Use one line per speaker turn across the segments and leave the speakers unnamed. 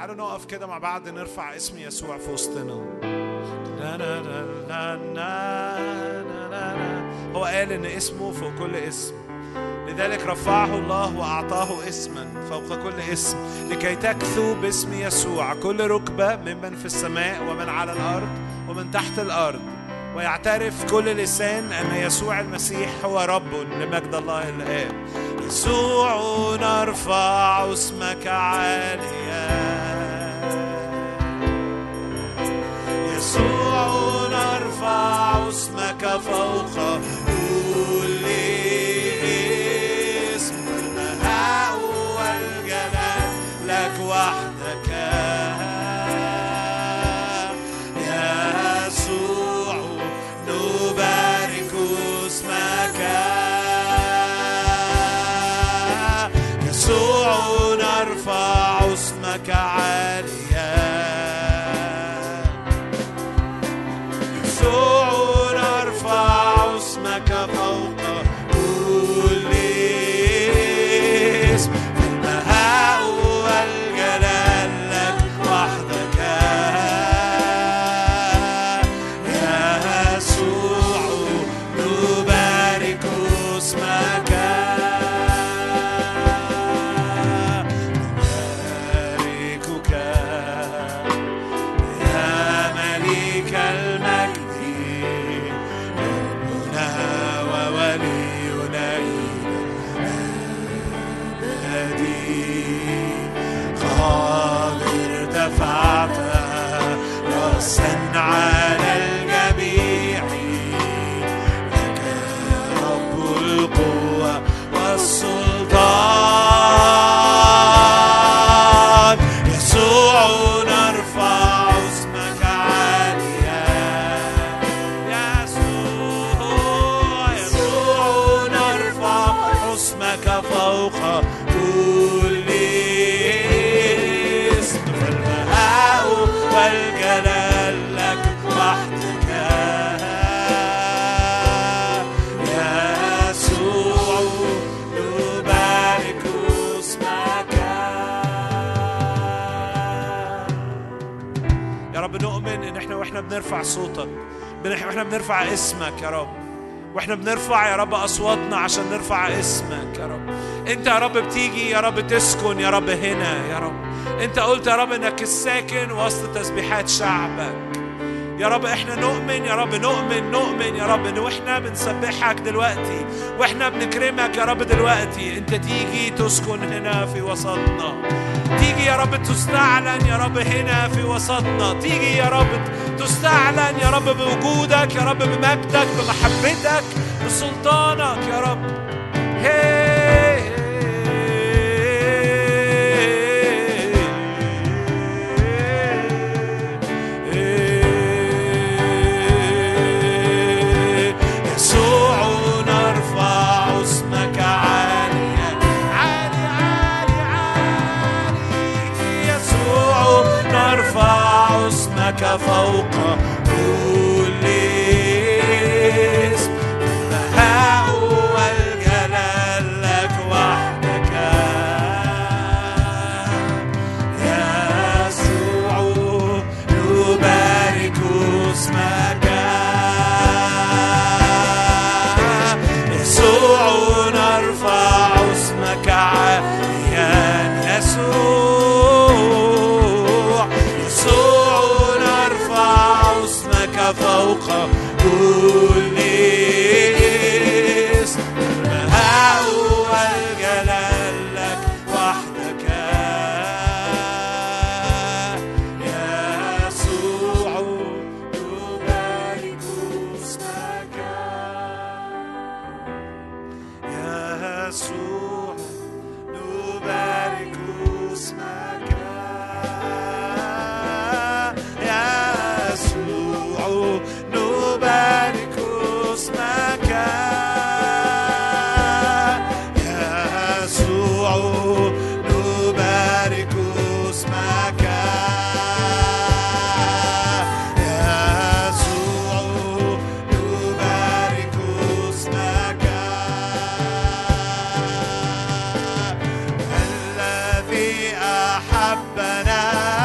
تعالوا نقف كده مع بعض نرفع اسم يسوع في وسطنا. هو قال إن اسمه فوق كل اسم، لذلك رفعه الله وأعطاه اسما فوق كل اسم، لكي تكثو باسم يسوع كل ركبة ممن في السماء ومن على الأرض ومن تحت الأرض، ويعترف كل لسان أن يسوع المسيح هو رب لمجد الله الآب. يسوع نرفع اسمك عاليا، يسوع نرفع اسمك فوق كل اسم، والبهاء والجلال لك وحدك يا يسوع، نبارك اسمك يسوع، نرفع اسمك عاليا، يسوع نرفع اسمك فوق كل اسم، البهاء والجلال لك وحدك يا يسوع، نبارك اسمك نباركك يا ملك المجد، ربنا وولينا قد ارتفعت رأسا على الجميع، لك رب القوة والسلطان، يسوع نرفع اسمك عاليا، يسوع نرفع اسمك فوق كل اسم، فالبهاء والجلال لك وحدك يا يسوع، نبارك اسمك يا رب. نؤمن ان واحنا بنرفع صوتك، واحنا بنرفع اسمك يا رب، واحنا بنرفع يا رب اصواتنا عشان نرفع اسمك يا رب، انت يا رب بتيجي يا رب تسكن يا رب هنا يا رب. انت قلت يا رب انك الساكن وسط تسبيحات شعبك يا رب. احنا نؤمن يا رب، نؤمن يا رب ان واحنا بنسبحك دلوقتي واحنا بنكرمك يا رب دلوقتي، انت تيجي تسكن هنا في وسطنا، تيجي يا رب تستعلن يا رب هنا في وسطنا، تيجي يا رب تستعلن يا رب بوجودك يا رب، بمجدك، بمحبتك، بسلطانك يا رب. يسوع نرفع اسمك عاليا، عالي عالي عالي، يسوع نرفع اسمك فوق كل اسم، البهاء والجلال لك وحدك يا يسوع، نبارك اسمك يسوع، نرفع اسمك عاليا، يسوع نرفع اسمك فوق كل اسم، البهاء والجلال لك وحدك يا يسوع، نبارك اسمك يا يسوع، نبارك اسمك يا يسوع، نبارك اسمك يا يسوع، نبارك اسمك يا يسوع، نبارك اسمك الذي أحبنا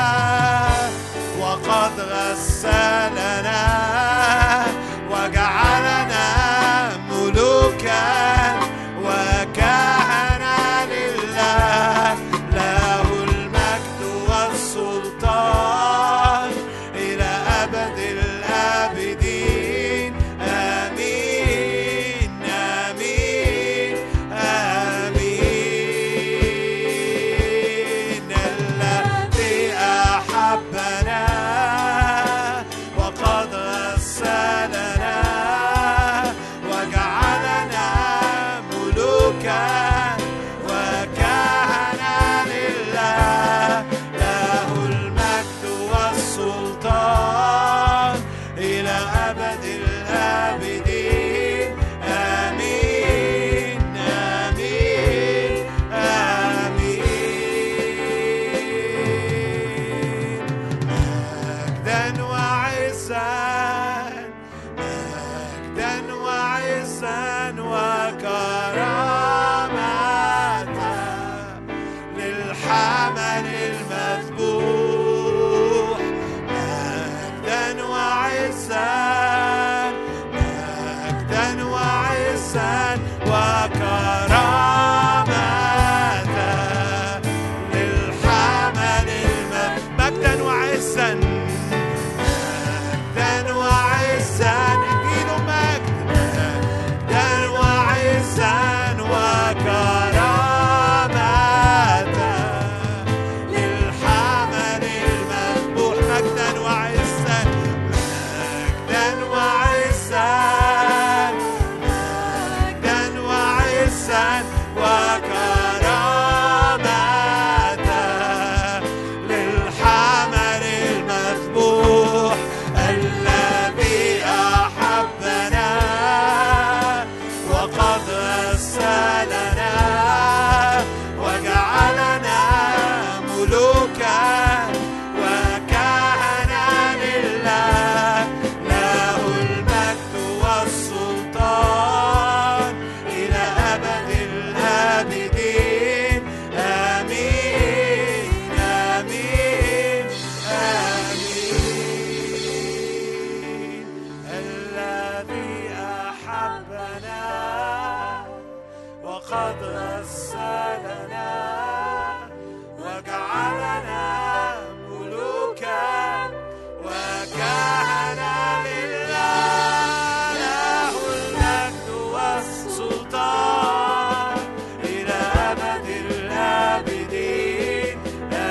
أبد الآبدين.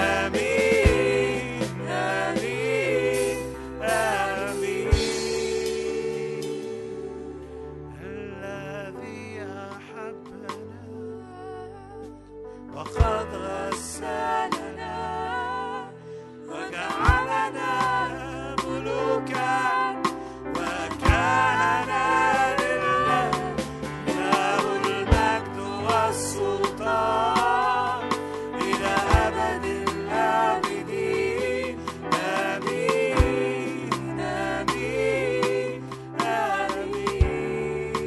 آمين آمين آمين. الذي أحبنا وقد غسلنا وجعلنا ملوكا وكهنة لله، له المجد والسلطان إلى أبد الآبدين. آمين آمين آمين.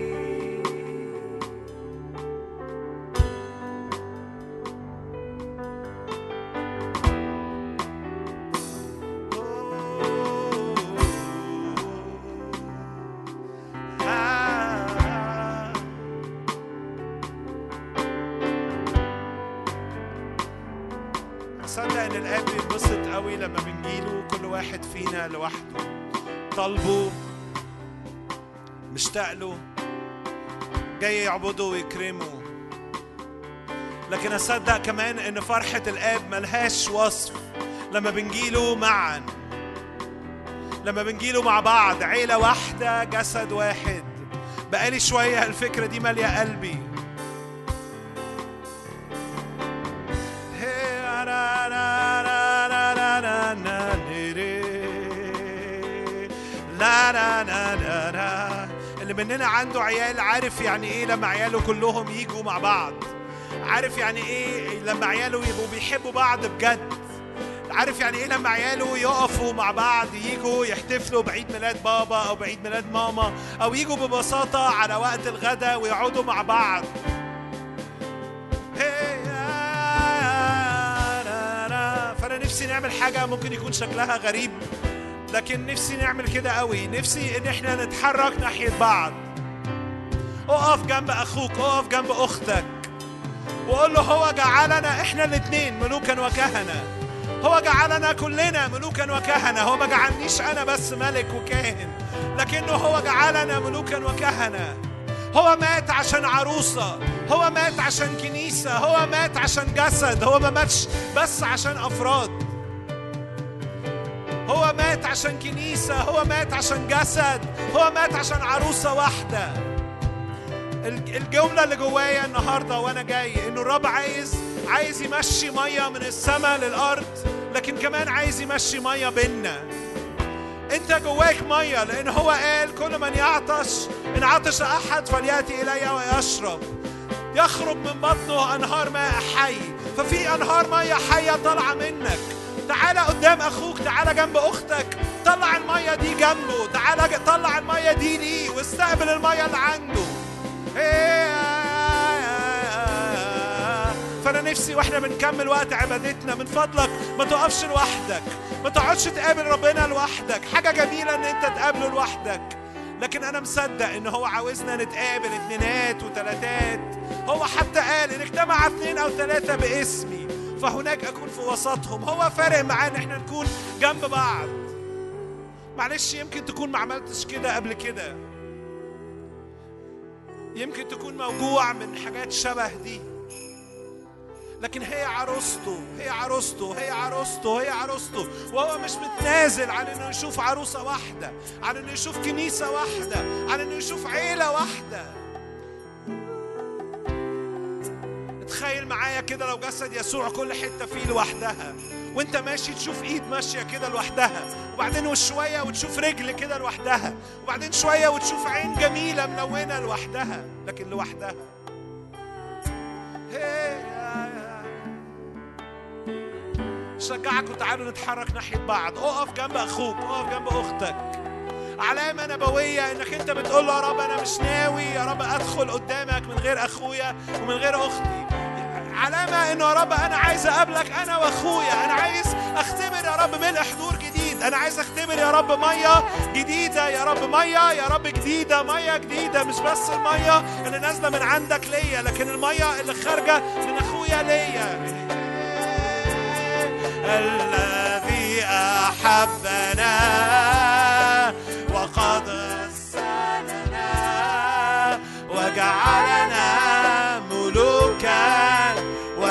أصدق إن الآب بينبسط قوي لما بنجيله كل واحد فينا لوحده، طالبه، مشتاق له، جاي يعبده ويكرمه. لكن أصدق كمان إن فرحة الآب ملهاش وصف لما بنجيله معا، لما بنجيله مع بعض، عيلة واحدة جسد واحد. بقالي شوية الفكرة دي مالية قلبي. اللي مننا عنده عيال عارف يعني ايه لما عياله كلهم يجوا مع بعض، عارف يعني ايه لما عياله يبقوا بيحبوا بعض بجد، عارف يعني ايه لما عياله يقفوا مع بعض يجوا يحتفلوا بعيد ميلاد بابا او بعيد ميلاد ماما، او يجوا ببساطة على وقت الغداء ويقعدوا مع بعض. فأنا نفسي نعمل حاجة ممكن يكون شكلها غريب، لكن نفسي نعمل كده قوي. نفسي ان احنا نتحرك ناحية بعض. اقف جنب اخوك، اقف جنب اختك، وقول له هو جعلنا احنا الاثنين ملوكا وكهنة. هو جعلنا كلنا ملوكا وكهنة. هو ما جعلنيش انا بس ملك وكاهن، لكنه هو جعلنا ملوكا وكهنة. هو مات عشان عروسة، هو مات عشان كنيسة، هو مات عشان جسد. هو ما ماتش بس عشان أفراد، هو مات عشان كنيسة، هو مات عشان جسد، هو مات عشان عروسة واحدة. الجملة اللي جوايا النهاردة وأنا جاي إنه الرب عايز يمشي مية من السماء للأرض، لكن كمان عايز يمشي مية بينا. أنت جواك مية، لأن هو قال كل من يعطش إن عطش أحد فليأتي إلي ويشرب، يخرج من بطنه أنهار ماء حي. ففي أنهار مية حية طالعة منك. تعال قدام أخوك، تعال جنب أختك، طلع المية دي جنبه، تعال طلع المية دي ليه واستقبل المية اللي عنده. فأنا نفسي وإحنا بنكمل وقت عبادتنا من فضلك ما تقفش لوحدك، ما تقعدش تقابل ربنا لوحدك. حاجة جميلة إن أنت تقابله لوحدك، لكن أنا مصدق إن هو عاوزنا نتقابل اتنينات وتلاتات. هو حتى قال إن اجتمع 2 أو 3 باسمي فهناك أكون في وسطهم. هو فارق معاه إن احنا نكون جنب بعض. معلش يمكن تكون ما عملتش كده قبل كده، يمكن تكون موجوع من حاجات شبه دي، لكن هي عروسته، هي عروسته، هي عروسته، هي عروسته. وهو مش متنازل عن انه يشوف عروسة واحدة، عن انه يشوف كنيسة واحدة، عن انه يشوف عيلة واحدة. تخيل معايا كده لو جسد يسوع كل حتة فيه لوحدها، وانت ماشي تشوف ايد ماشية كده لوحدها، وبعدين وشوية وتشوف رجل كده لوحدها، وبعدين شوية وتشوف عين جميلة ملونة لوحدها، لكن لوحدها. شجعك وتعالوا نتحرك ناحية بعض. اقف جنب اخوك، اقف جنب اختك. علامة نبوية انك انت بتقول له يا رب انا مش ناوي يا رب ادخل قدامك من غير اخويا ومن غير اختي. علامة انه يا رب انا عايز اقابلك انا واخويا. انا عايز اختبر يا رب ملء حضور جديد. انا عايز اختبر يا رب مية جديدة، يا رب مية يا رب جديدة، مية جديدة. مش بس المية اللي نازلة من عندك ليا، لكن المية اللي خارجة من اخويا ليا. الذي أحبنا وقد غسلنا وجعلنا ملوكا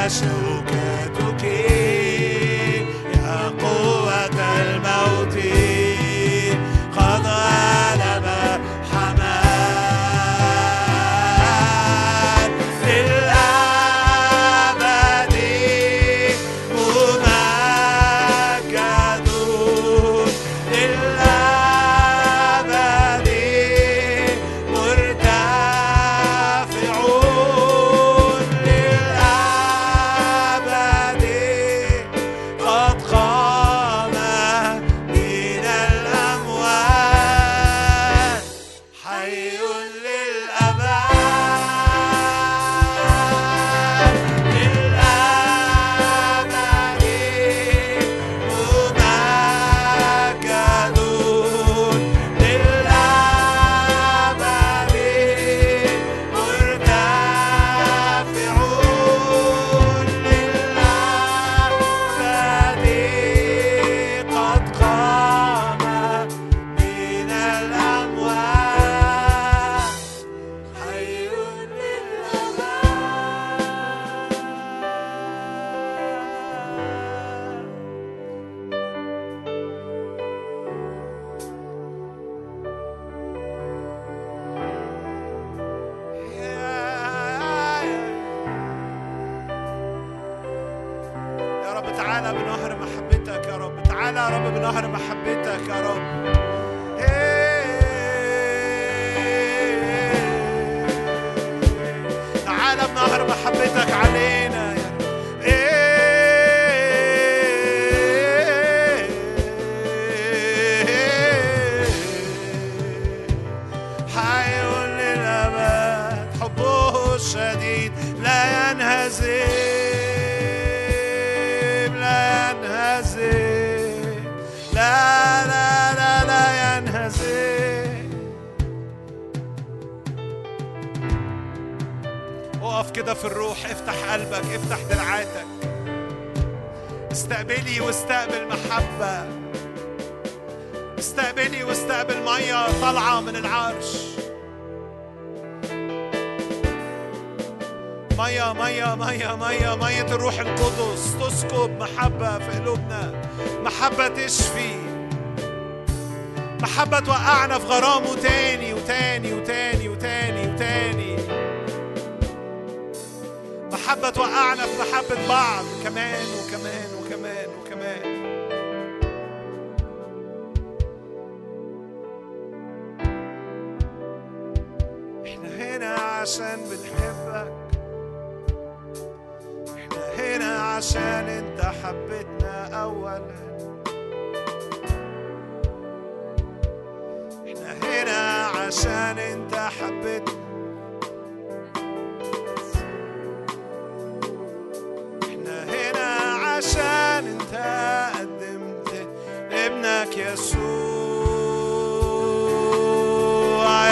شوكتك يا قوة الموت قد غلب حمام للأبد ممجدون للأبد مرتفعون للأبد قد قام من الأموات حي للأبد للأبد ممجدون للأبد مرتفعون للأبد قد قام من الأموات حي يا رب تعالى بنهر محبتك يا رب تعالى يا رب بنهر محبتك يا رب تعالى بنهر محبتك علينا حي للأبد حبه الشديد لا ينهزم لا ينهزم لا لا لا لا ينهزم اقف كده في الروح افتح قلبك افتح دراعاتك استقبلي واستقبل محبة استقبلي واستقبل مية طالعة من العرش مية مية مية مية مية الروح القدس تسكب محبة في قلوبنا محبة تشفي محبة توقعنا في غرامه تاني وتاني وتاني وتاني وتاني محبة توقعنا في محبة بعض كمان وكمان وكمان وكمان احنا هنا عشان بنحبك احنا هنا عشان انت حبيتنا اولا احنا هنا عشان انت حبيتنا عشان انت قدمت ابنك يسوع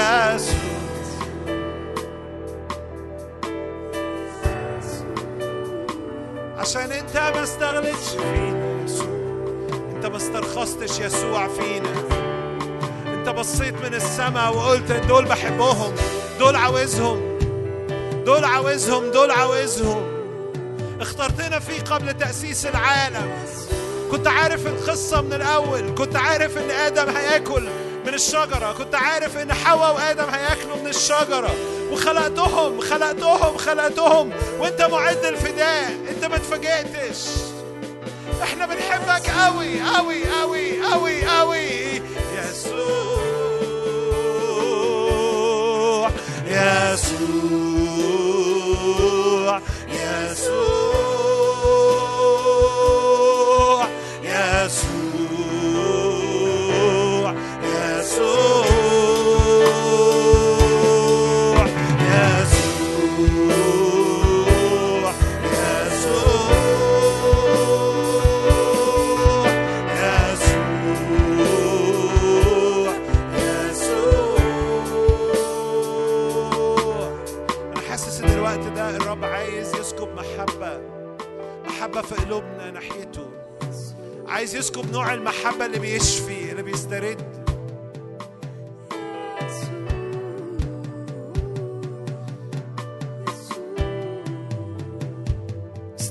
عشان انت ما استغلتش فينا يسوع انت ما استرخصتش يسوع فينا انت بصيت من السماء وقلت دول بحبهم دول عاوزهم دول عاوزهم دول عاوزهم اخترتنا فيه قبل تأسيس العالم كنت عارف القصة من الأول كنت عارف ان آدم هياكل من الشجرة كنت عارف ان حواء وآدم هياكلوا من الشجرة وخلقتهم وانت معد الفداء انت ما اتفاجئتش احنا بنحبك قوي قوي قوي قوي قوي يسوع يسوع يسوع يسوع يسوع محبة في قلوبنا ناحيته عايز يسكب نوع المحبة اللي بيشفي اللي بيسترد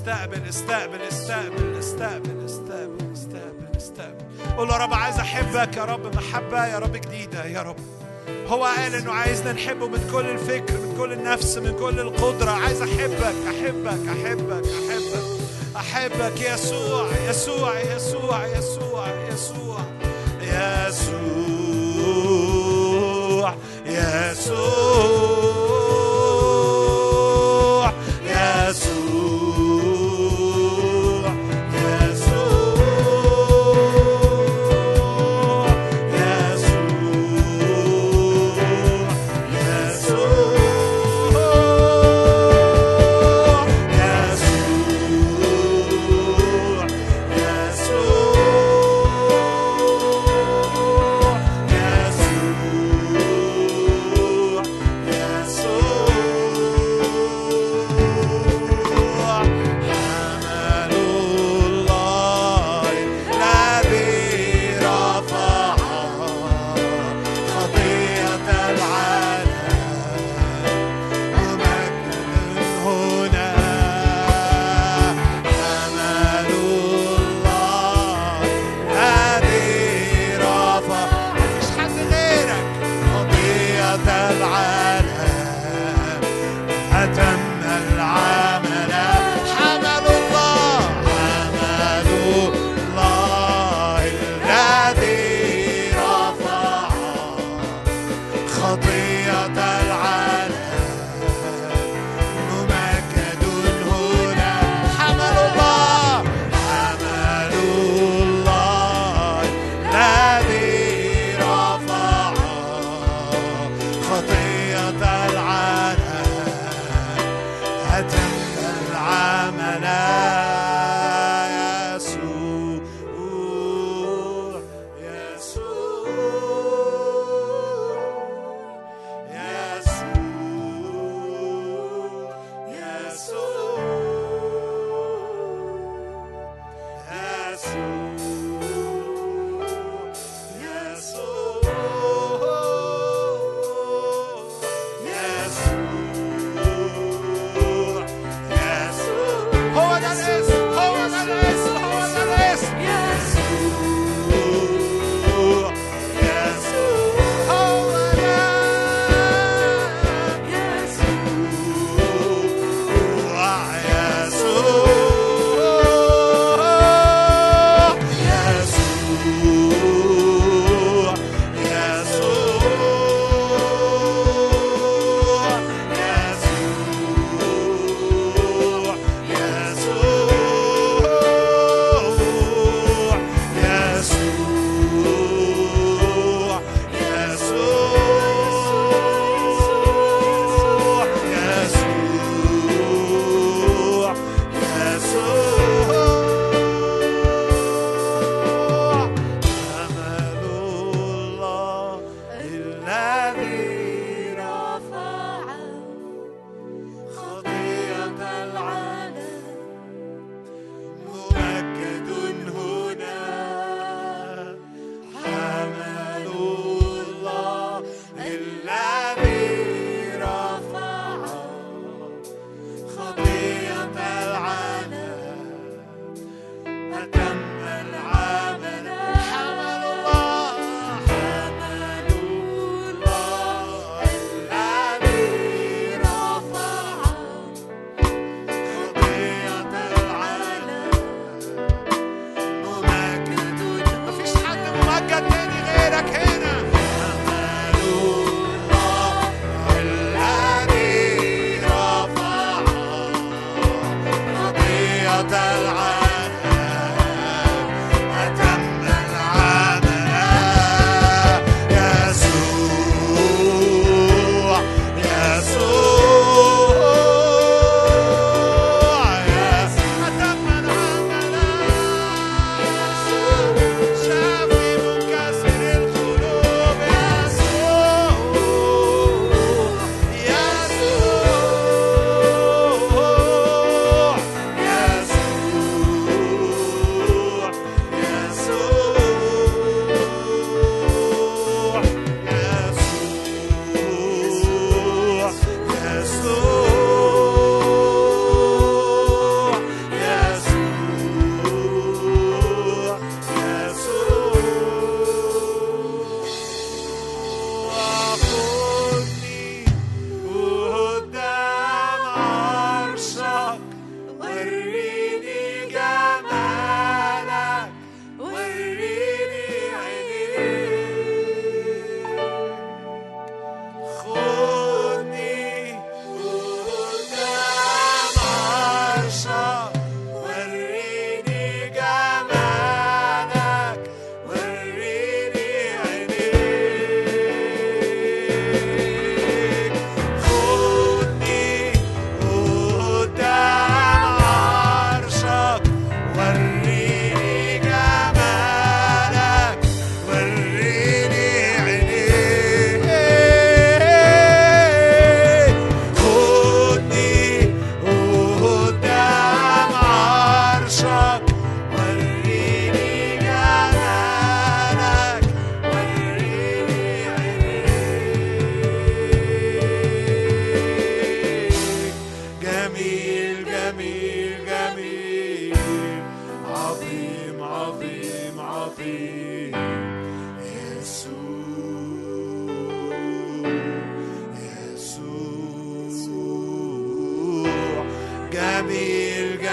استقبل استقبل استقبل استقبل استقبل استقبل استقبل. قول له يا رب عايز أحبك يا رب محبة يا رب جديدة يا رب. هو قال إنه عايزنا نحبه من كل الفكر، من كل النفس، من كل القدرة. عايز أحبك أحبك أحبك أحبك أحبك يسوع يسوع يسوع يسوع يسوع يسوع يسوع يسوع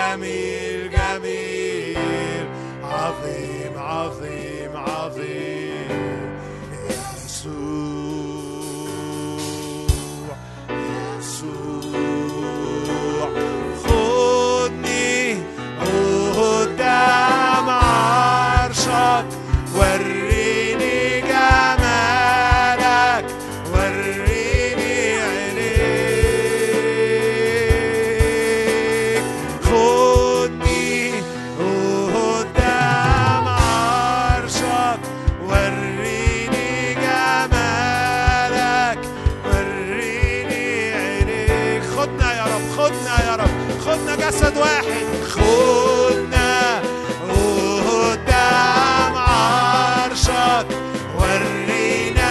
جميل جميل عظيم عظيم عظيم يسوع يسوع خدني قدام عرشك وريني جمالك وريني عينيك خدني قدام عرشك وريني جمالك وريني عينيك خدنا يا رب خدنا يا رب خدنا جسد واحد خدنا قدام عرشك ورينا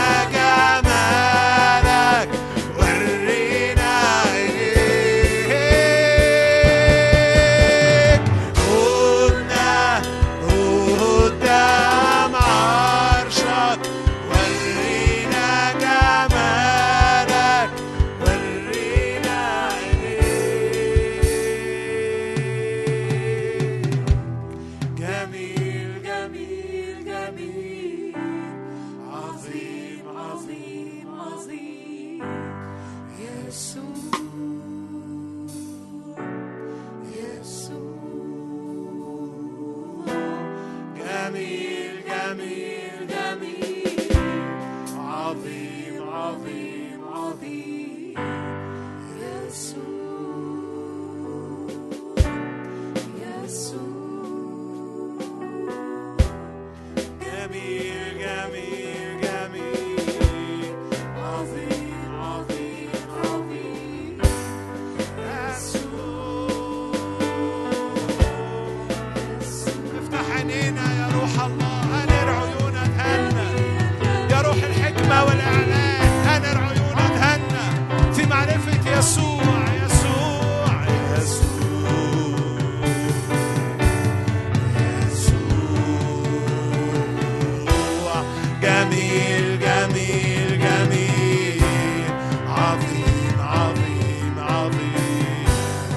جمالك ورينا عينيك خدنا قدام عرشك ورينا جمالك ورينا عينيك جميل جميل جميل عظيم عظيم عظيم يسوع يسوع جميل جميل جميل عظيم عظيم عظيم يسوع يسوع جميل جميل جميل عظيم عظيم عظيم يسوع افتح عينينا يا روح الله انر عيوننا ادهنا يا روح الحكمة والإعلان انر عيوننا ادهنا في معرفة يسوع يسوع يسوع يسوع جميل جميل جميل عظيم عظيم عظيم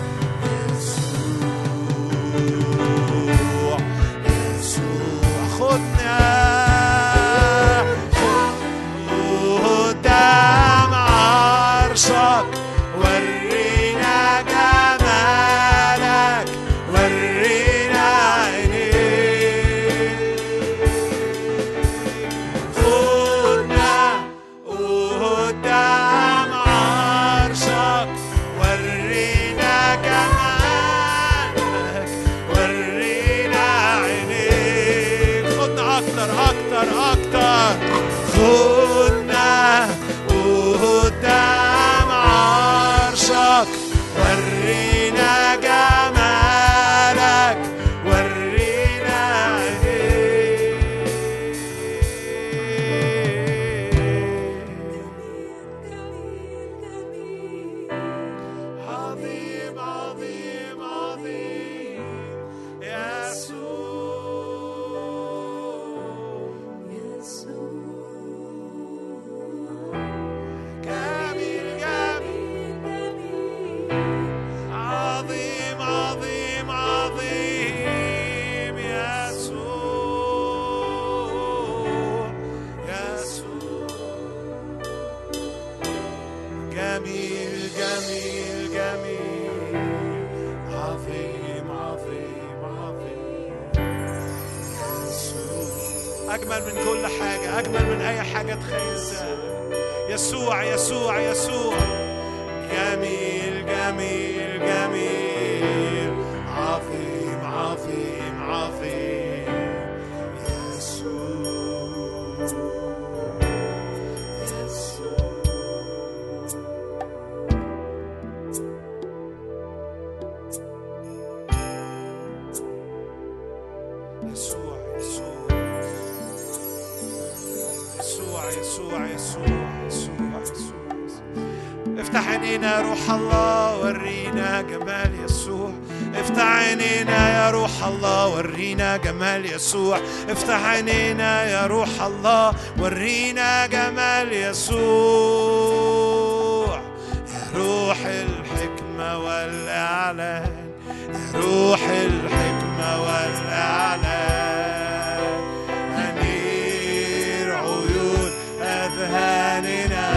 يسوع يسوع خدنا قدام عرشك ورينا جمالك ورينا عينيك خدنا قدام عرشك ورينا جمالك ورينا عينيك خدنا أكتر أكتر أكتر خدنا قدام عرشك ورينا جمالك ورينا عينيك عظيم عظيم عظيم يسوع جميل جميل عظيم عظيم عظيم يسوع يسوع جميل جميل جميل عظيم عظيم عظيم يسوع أجمل من كل حاجة أجمل من أي حاجة تخيلها يسوع يسوع يسوع جميل جميل جميل عظيم عظيم عظيم يسوع يسوع يسوع يسوع يسوع يسوع افتح عينينا يا روح الله ورينا جمال يسوع افتح عينينا يا روح الله ورينا جمال يسوع افتح عينينا يا روح الله ورينا جمال يسوع يا روح الحكمة والإعلان يا روح الحكمة والإعلان أنير عيون أذهاننا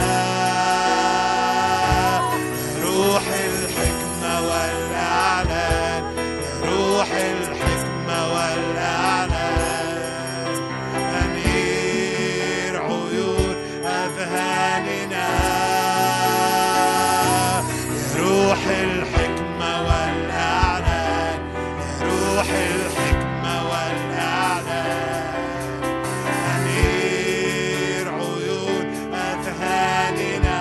روح الحكمة والإعلان روح الحكمة والإعلان أنير عيون أذهاننا روح الحكمة والإعلان روح الحكمة والإعلان أنير عيون أذهاننا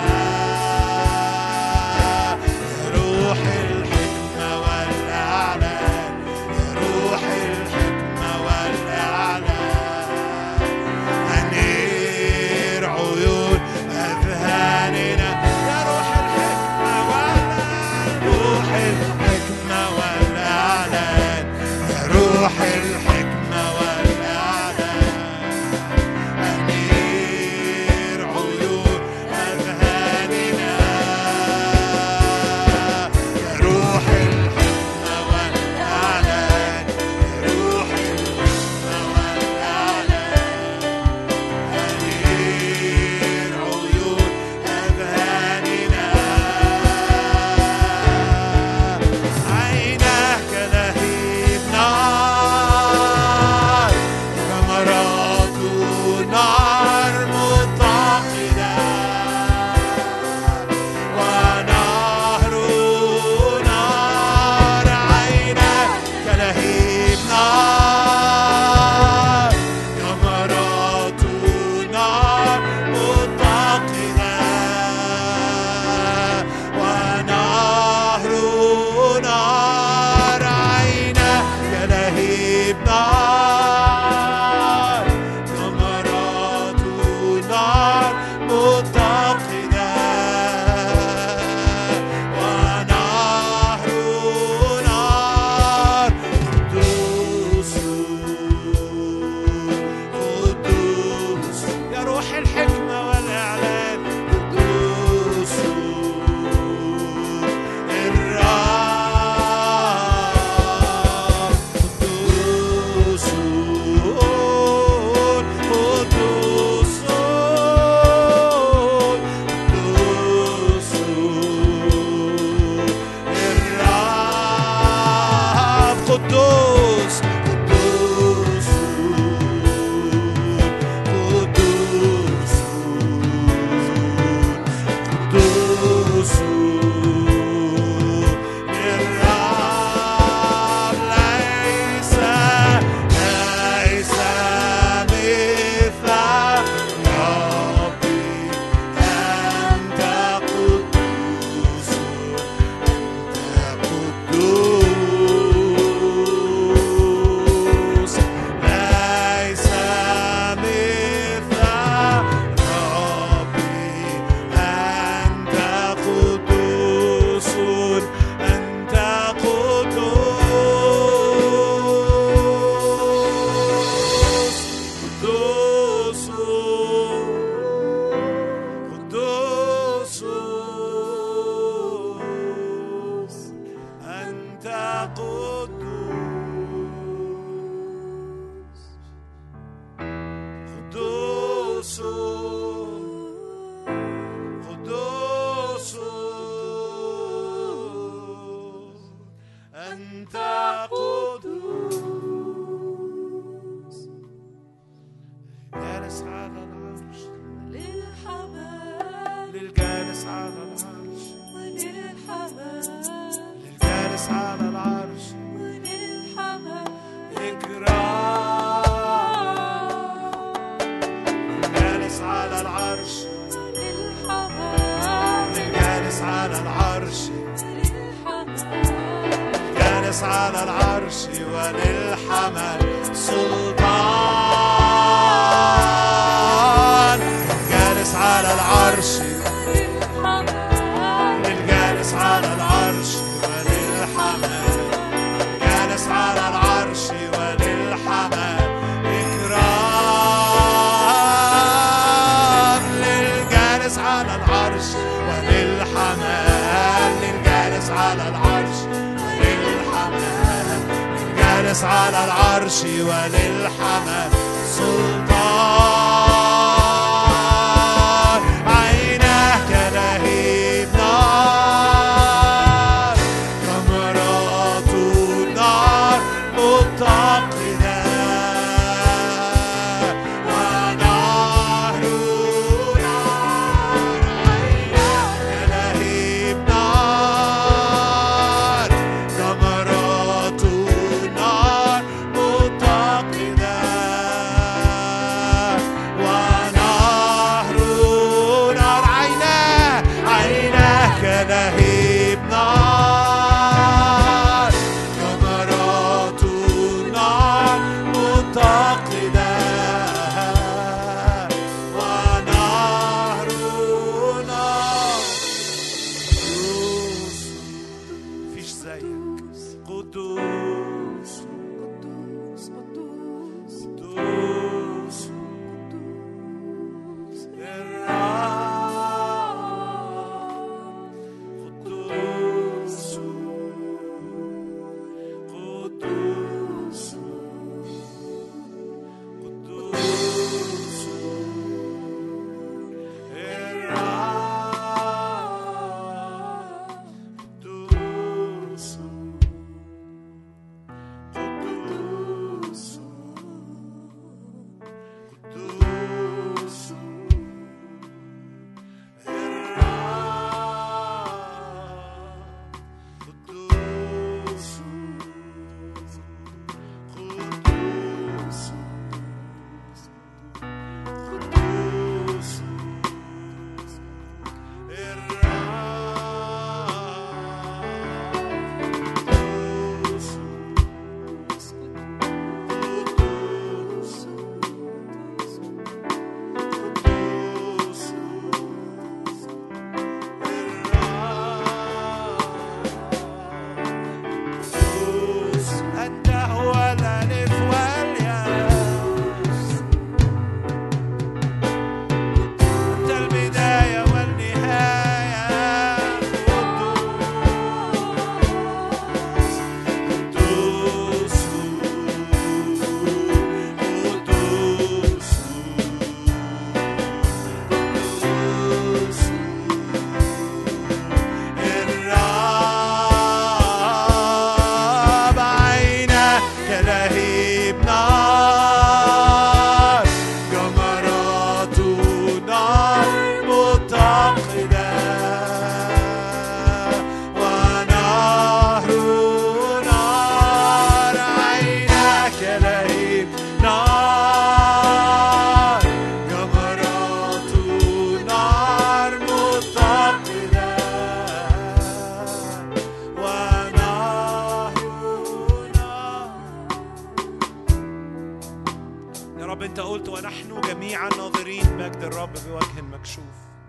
روح الحكمة والإعلان روح الحكمة والإعلان أنير عيون أذهاننا يا روح الحكمة والإعلان روح الحكمة والإعلان يا روح الحكمة والإعلان أنير عيون أذهاننا يا روح الحكمة والإعلان يا روح الحكمة والإعلان أنير عيون أذهاننا عيناك لهيب نار كمرات نار متقدة ونهر نار عيناك لهيب نار كمرات نار متقدة ونهر نار عيناك لهيب نار كمرات نار متقدة ونهر نار قدوس قدوس يا روح الحكمة والإعلان قدوس الرب قدوس قدوس قدوس الرب قدوس قدوس قدوس قدوس الرب ليس مثل ربي أنت قدوس أنت قدوس ليس مثل ربي أنت قدوس أنت قدوس قدوس قدوس أنت قدوس قدوس قدوس أنت قدوس جالس على العرش للجالس على العرش للجالس على العرش إكرام للجالس على العرش للجالس على العرش جالس على العرش وللحمل سلطان جالس على العرش للجالس على العرش وللحمل جالس على العرش وللحمل إكرام للجالس على العرش وللحمل للجالس على العرش وللحمل جالس على العرش وللحمل سلطان. عيناه كلهيب نار، جمرات النار متقدة، ونهر نار. عيناه كلهيب نار، جمرات النار متقدة، ونهر نار. عيناه كلهيب نار، جمرات النار متقدة، ونهر نار. قدوس، مفيش زيك. قدوس قدوس قدوس قدوس الرب. قدوس قدوس قدوس الرب. قدوس قدوس قدوس الرب. قدوس قدوس قدوس أنت هو الألف والياء، أنت البداية والنهاية. قدوس قدوس قدوس الرب. عيناه كلهيب نار، جمرات نار متقدة، ونهر نار. عيناه كلهيب نار، جمرات نار متقدة، ونهر نار. يا رب أنت قلت ونحن جميعا ناظرين مجد الرب بوجه مكشوف.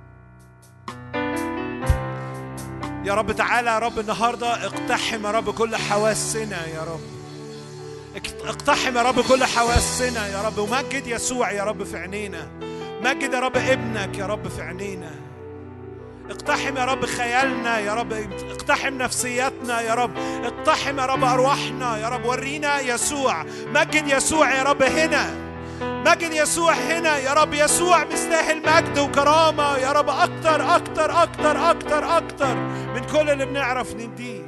يا رب تعالى يا رب النهارده اقتحم يا رب كل حواسنا يا رب، اقتحم يا رب كل حواسنا يا رب، ومجد يسوع يا رب في عينينا. مجد يا رب ابنك يا رب في عينينا. اقتحم يا رب خيالنا يا رب، اقتحم نفسياتنا يا رب، اقتحم يا رب أرواحنا يا رب. ورينا يسوع، مجد يسوع يا رب هنا، مجد يسوع هنا يا رب. يسوع مستاهل مجد وكرامة يا رب، أكتر أكتر أكتر أكتر أكتر من كل اللي بنعرف نديه.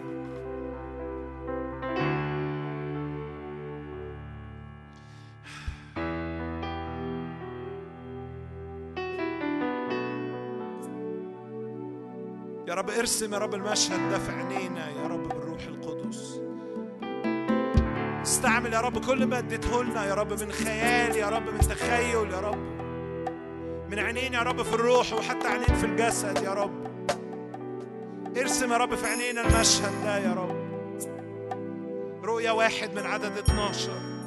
يا رب ارسم يا رب المشهد ده في عينينا يا رب بالروح القدس. استعمل يا رب كل ما اديته لنا يا رب من خيال يا رب، من تخيل يا رب، من عينين يا رب في الروح وحتى عينين في الجسد يا رب. ارسم يا رب في عينينا المشهد ده يا رب. رؤيا 1 من عدد 12.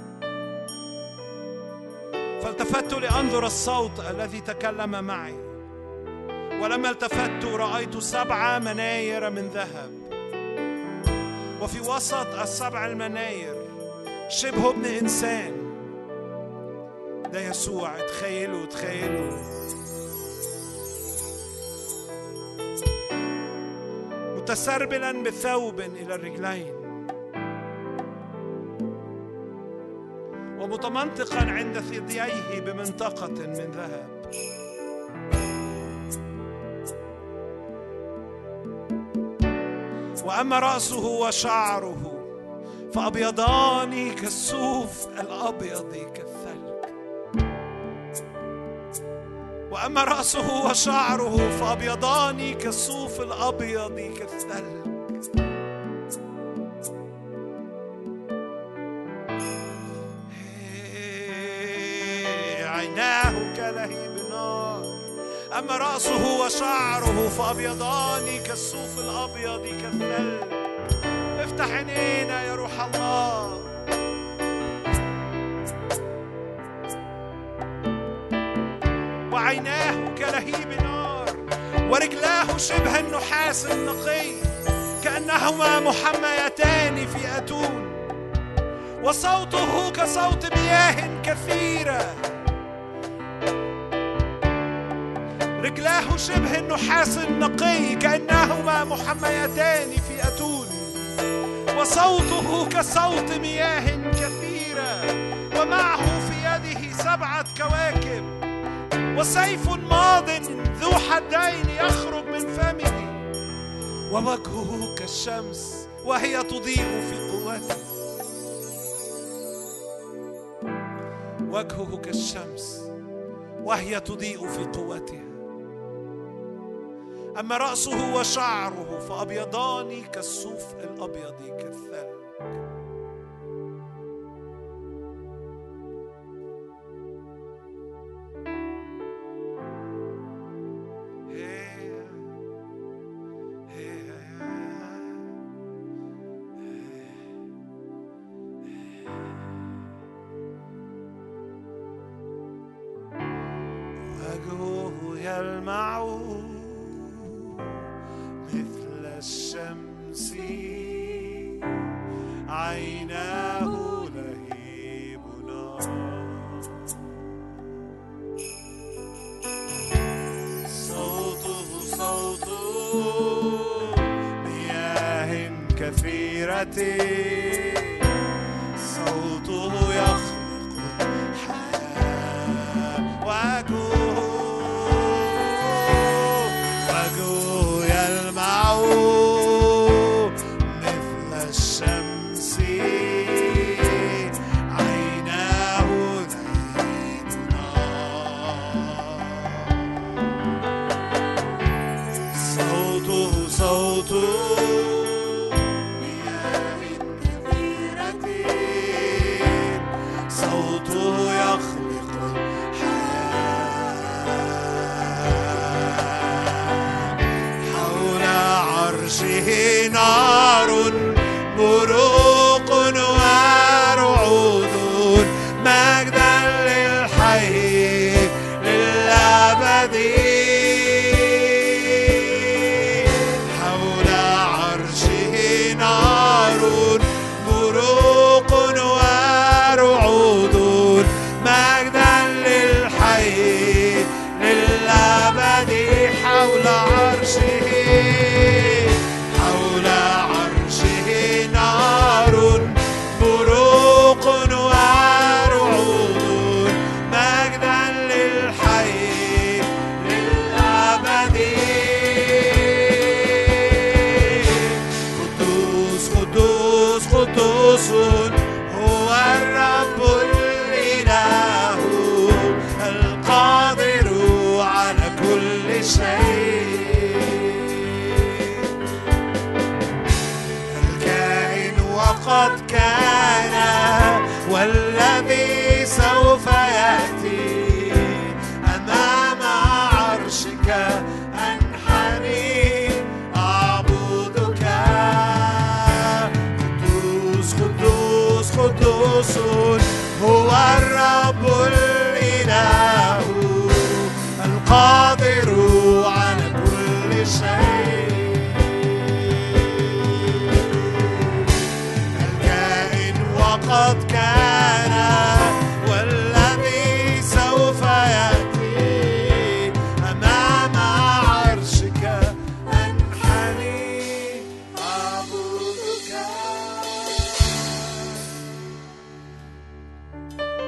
فالتفت لأنظر الصوت الذي تكلم معي، ولما التفت رأيت 7 مناير من ذهب، وفي وسط ال7 المناير شبه ابن إنسان. ده يسوع. تخيلوا تخيلوا، متسربلا بثوب إلى الرجلين، ومتمنطقا عند ثدييه بمنطقة من ذهب. وأما رأسه وشعره فأبيضان كالصوف الأبيض كالثلج. وأما رأسه وشعره فأبيضان كالصوف الأبيض كالثلج. عيناه كلهيب نار. أما رأسه وشعره فأبيضان كالصوف الأبيض كالثلج. افتح عينينا يا روح الله. وعيناه كلهيب نار ورجلاه شبه النحاس النقي كأنهما محميتان في أتون. وصوته كصوت مياه كثيرة. رجلاه شبه النحاس النقي كأنهما محميتان في أتون. وصوته كصوت مياه كثيرة. ومعه في يده 7 كواكب. وسيف ماض ذو حدين يخرج من فمه. ووجهه كالشمس وهي تضيء في قوته. وجهه كالشمس وهي تضيء في قوتها. أما رأسه وشعره فأبيضان كالصوف الأبيض كالثلج. وجهه يلمع مثل الشمس. عيناه لهيب نار. صوته صوت مياه كثيرة. صوته يخلق حياة. وجهه يلمع مثل الشمس. عيناه لهيب نار. صوته صوت مياه كثيرة. صوته يخلق عرشه نار بروق ورعود مجدا للحي للأبد. حول عرشه نار بروق ورعود مجدا للحي للأبد. حول عرشه نار بروق ورعود مجدا للحي للأبد. قدوس قدوس قدوس هو الرب الإله القادر على كل شيء. قد كان والذي سوف يأتي أمام عرشك أنحني أعبدك. قدوس قدوس قدوس هو الرب الإله القادر على كل شيء. قد كان والذي سوف يأتي أمام عرشك أنحني أعبدك.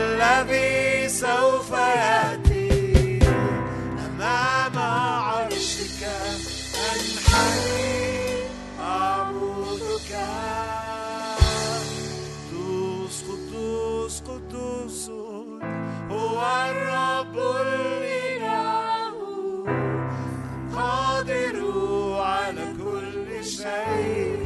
والذي سوف يأتي أمام عرشك أنحني أعبدك. قدوس قدوس قدوس هو الرب الإله قادر على كل شيء،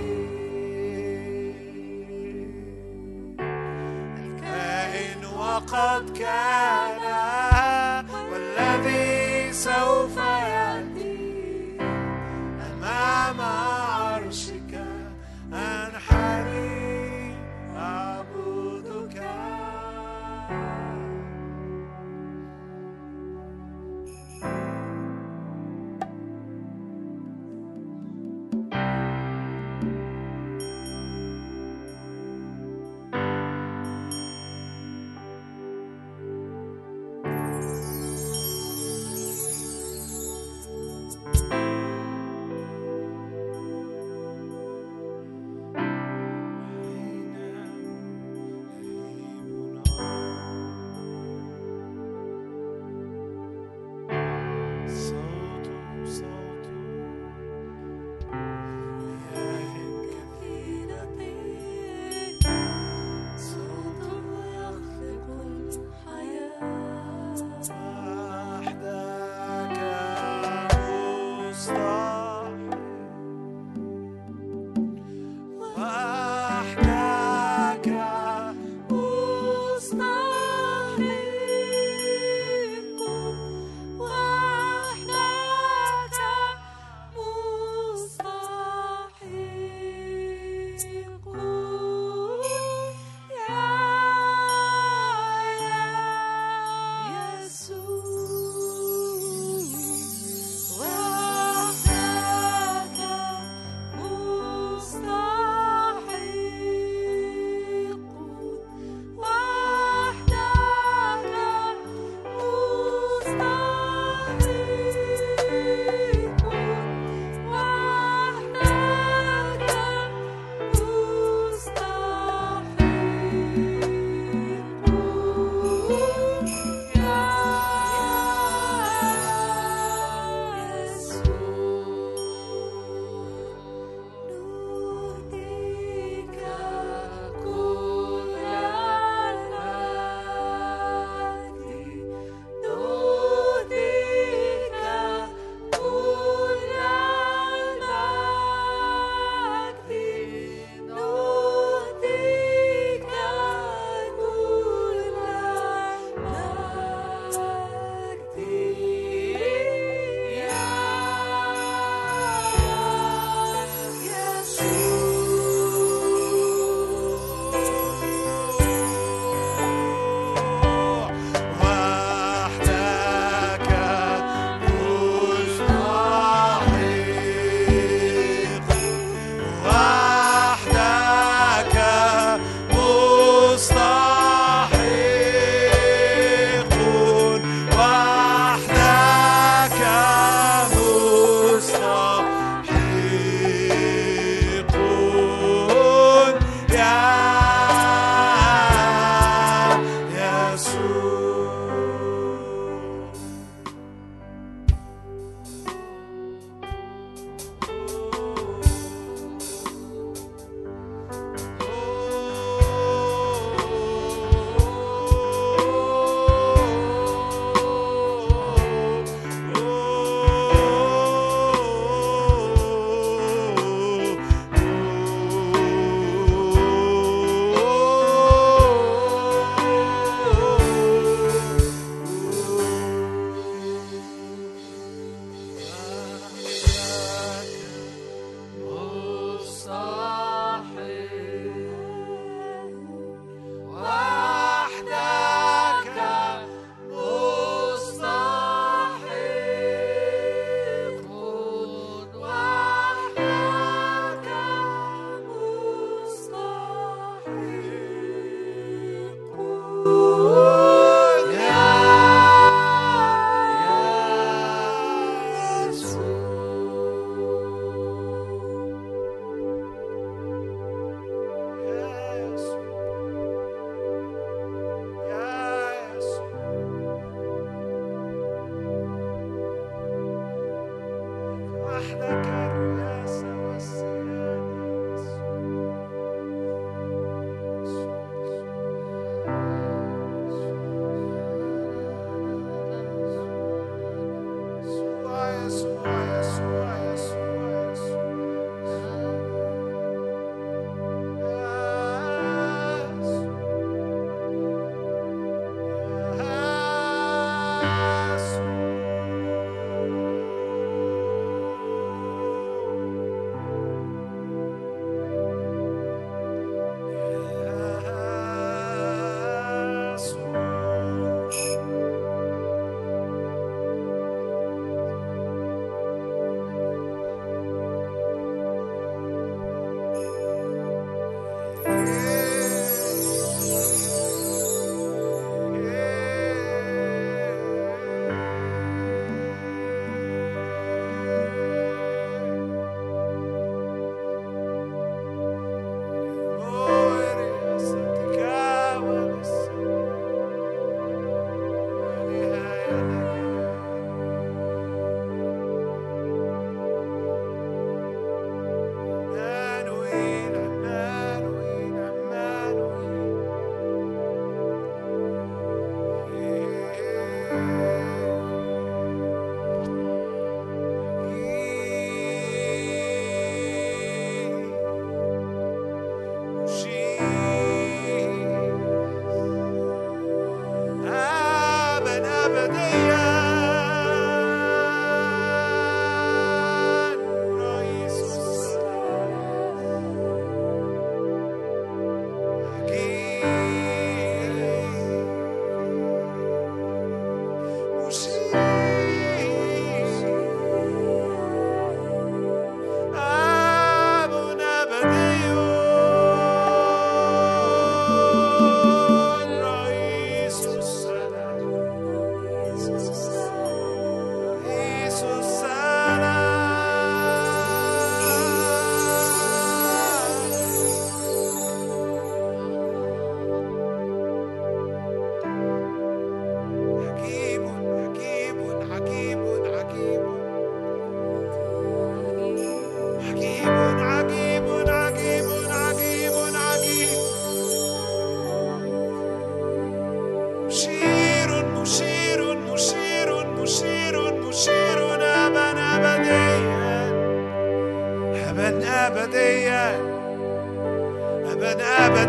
الكائن وقد كان والذي سوف يأتي أمام عرشك أنحني أعبدك.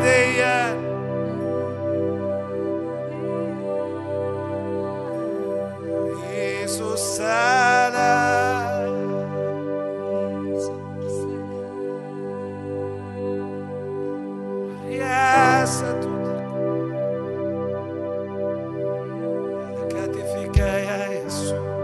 أبديا. يسوع السلام، رياسة على كتفك يا يسوع.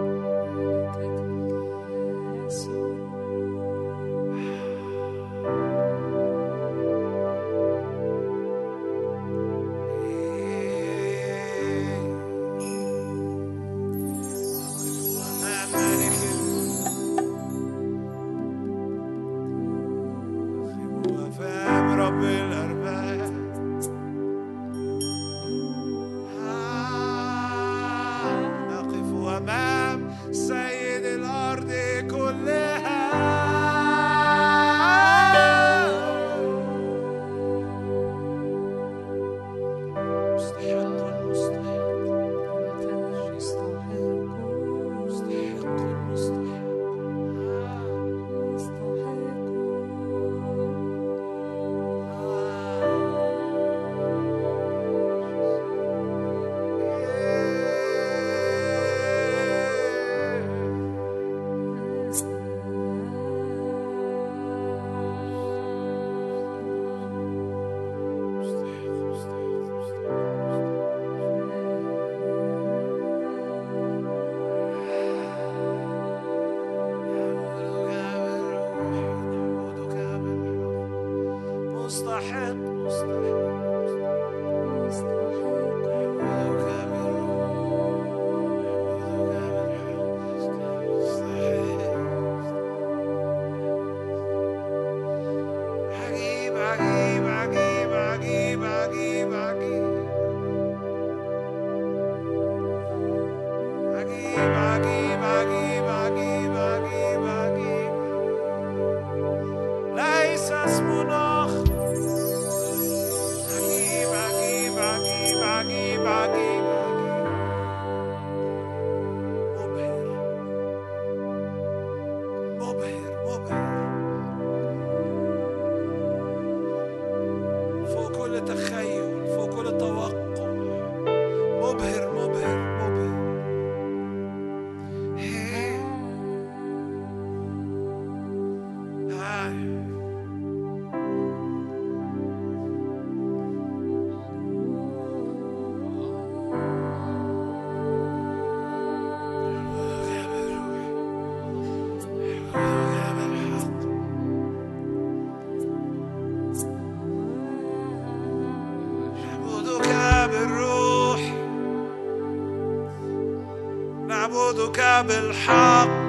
بالحق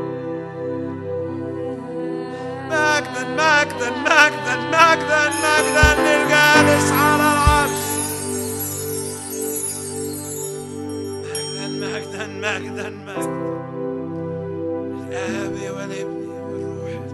مجدا مجدا مجدا مجدا مجدا للجالس على العرش. مجدا مجدا مجدا مجدا للآب والابن والروح.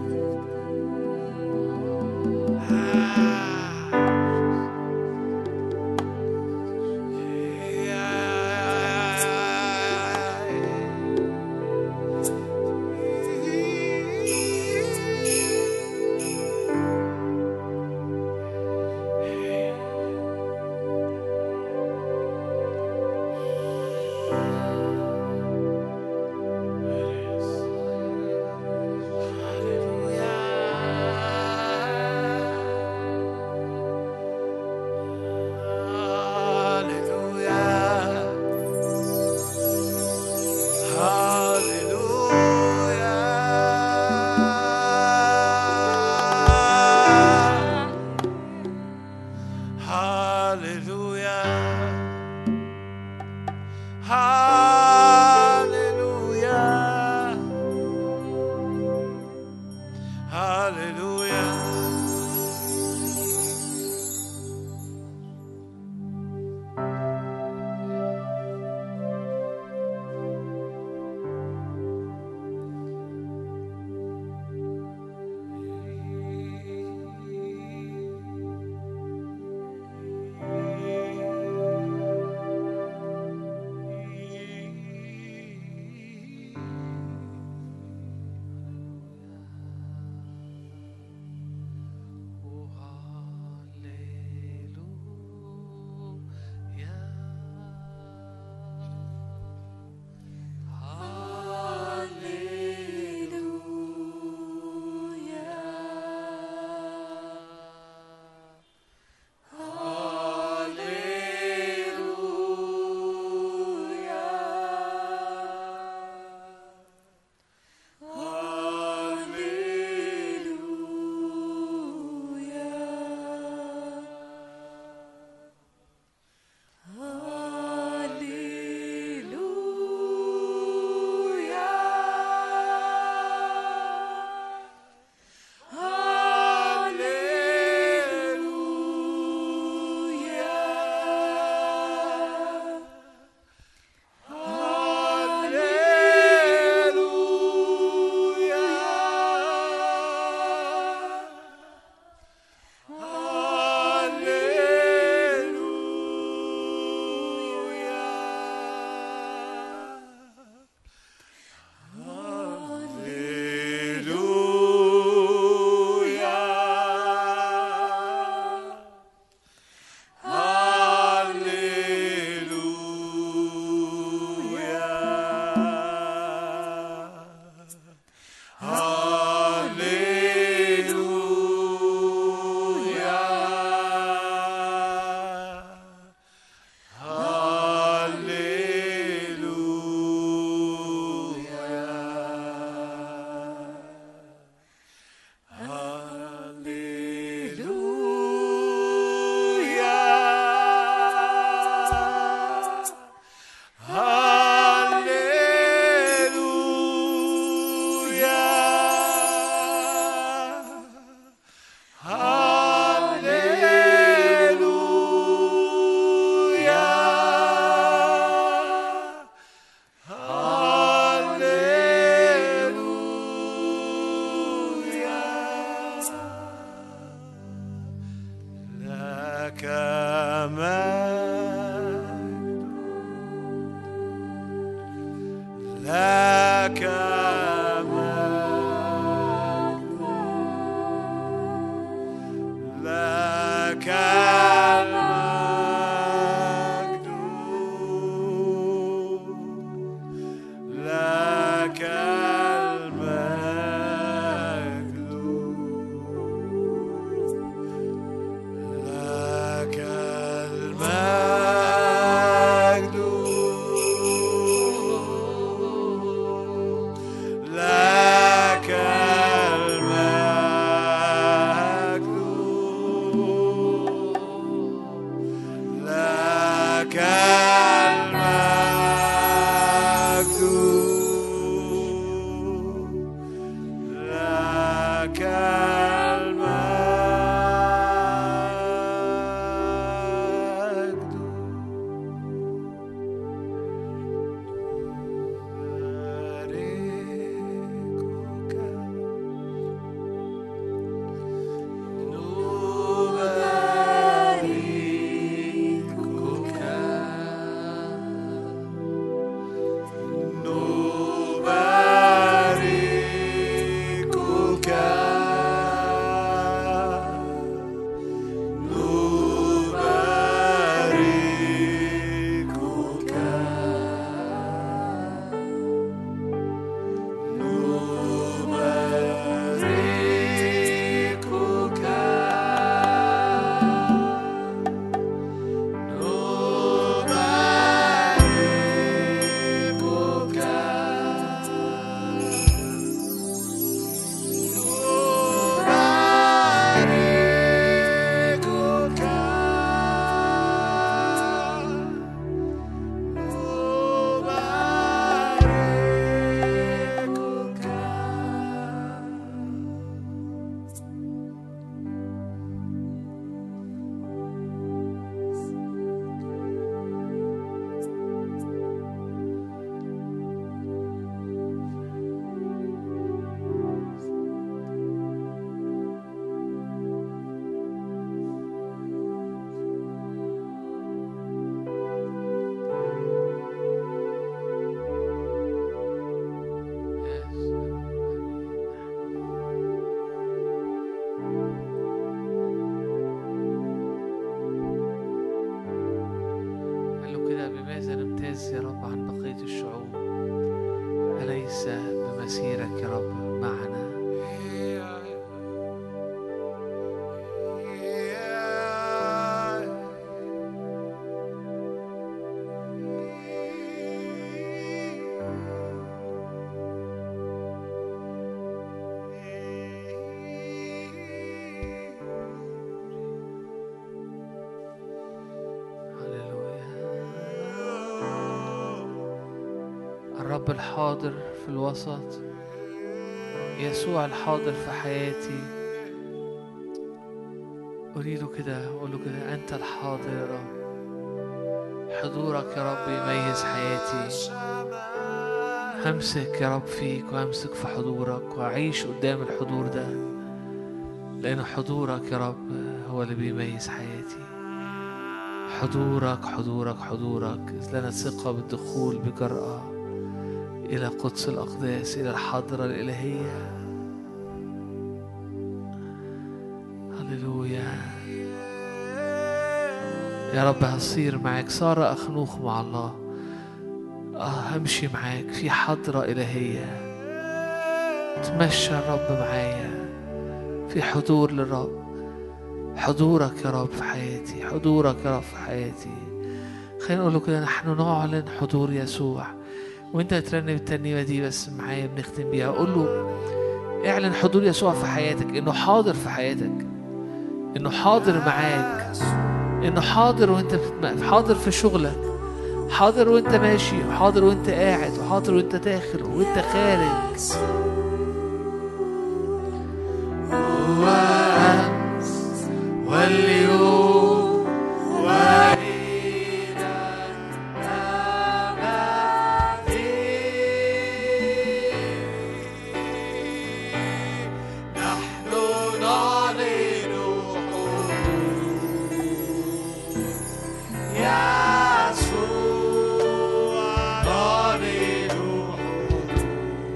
الرب الحاضر في الوسط، يسوع الحاضر في حياتي. قوليله كده، قوله كده، أنت الحاضر يا رب. حضورك يا رب يميز حياتي. همسك يا رب فيك وهمسك في حضورك وأعيش قدام الحضور ده، لأن حضورك يا رب هو اللي بيميز حياتي. حضورك حضورك حضورك، إذ لنا ثقة بالدخول بجرأة إلى قدس الأقداس، إلى الحضرة الإلهية. هللويا يا رب. هصير معاك، صار أخنوخ مع الله. همشي معاك في حضرة إلهية. تمشى الرب معايا في حضور للرب. حضورك يا رب في حياتي، حضورك يا رب في حياتي. خلينا نقول له كده، نحن نعلن حضور يسوع. وانت ترنم الترنيمة دي بس معايا بنختم بيها. قول له اعلن حضور يسوع في حياتك، انه حاضر في حياتك، انه حاضر معاك، انه حاضر وانت حاضر في شغلك، حاضر وانت ماشي، وحاضر وانت قاعد، وحاضر وانت داخل وانت خارج. وأمس واليوم وإلى الأبد، نحن نعلن حضور يسوع، نعلن حضور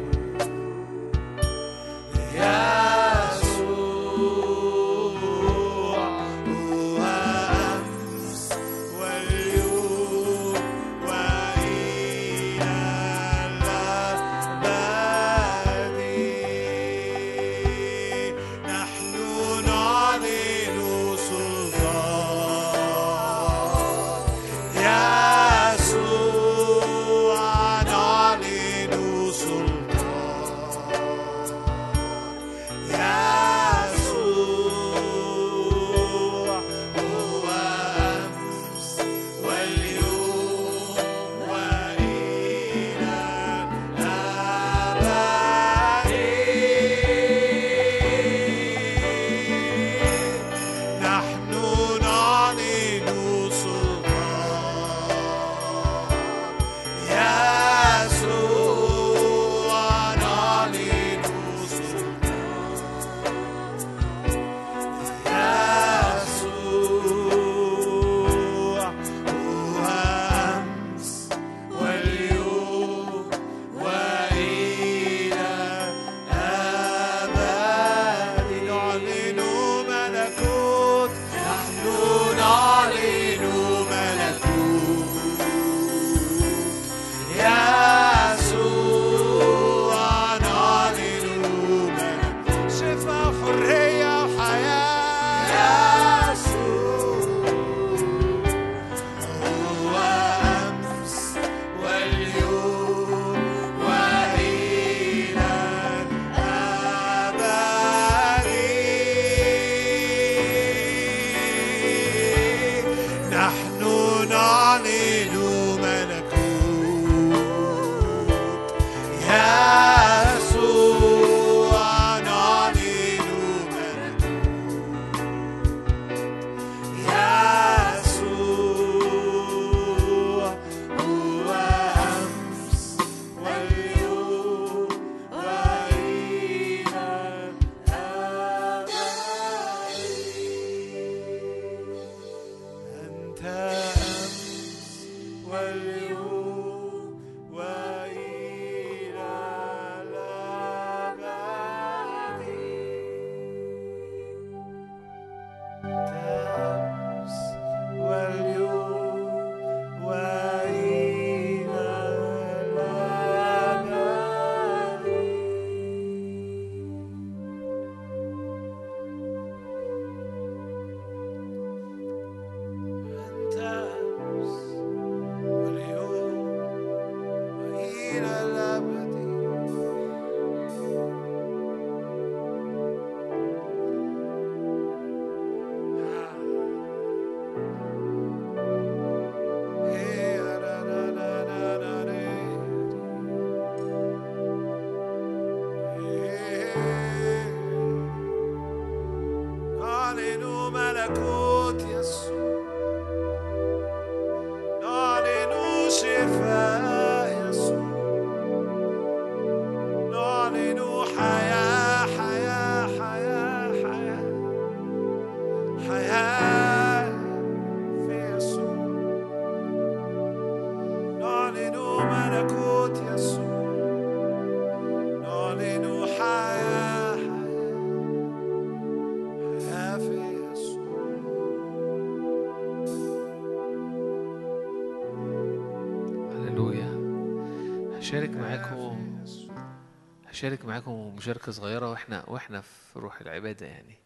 هشارك معاكم مشاركة صغيرة واحنا في روح العبادة يعني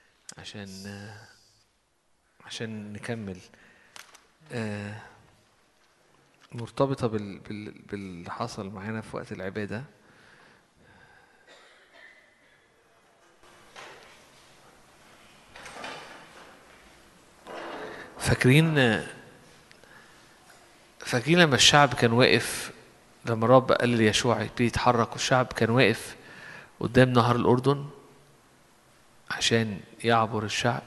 عشان نكمل مرتبطة باللي حصل معانا في وقت العبادة. فاكرين لما الشعب كان واقف، لما الرب قال ليشوع يبتدي يتحرك والشعب كان واقف قدام نهر الأردن عشان يعبر الشعب.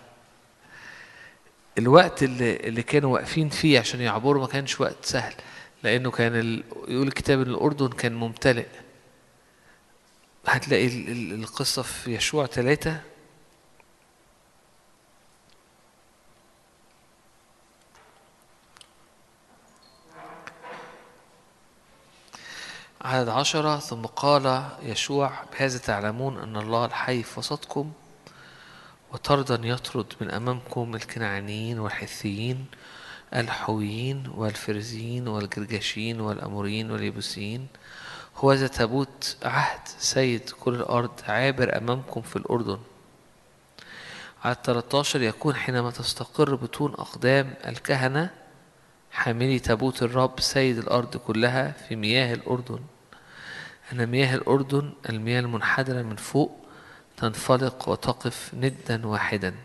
الوقت اللي كانوا واقفين فيه عشان يعبروا ما كانش وقت سهل، لأنه كان يقول الكتاب إن الأردن كان ممتلئ. هتلاقي القصة في يشوع 3 عدد 10. ثم قال يشوع بهذا تعلمون أن الله الحي في وسطكم، وطردا يطرد من أمامكم الكنعانيين والحثيين الحويين والفرزيين والجرجاشيين والأموريين واليبوسيين. هو ذا تابوت عهد سيد كل الأرض عابر أمامكم في الأردن. عدد 13. يكون حينما تستقر بطون أقدام الكهنة حاملي تابوت الرب سيد الأرض كلها في مياه الأردن، أن مياه الأردن المياه المنحدرة من فوق تنفلق وتقف ندا واحدا.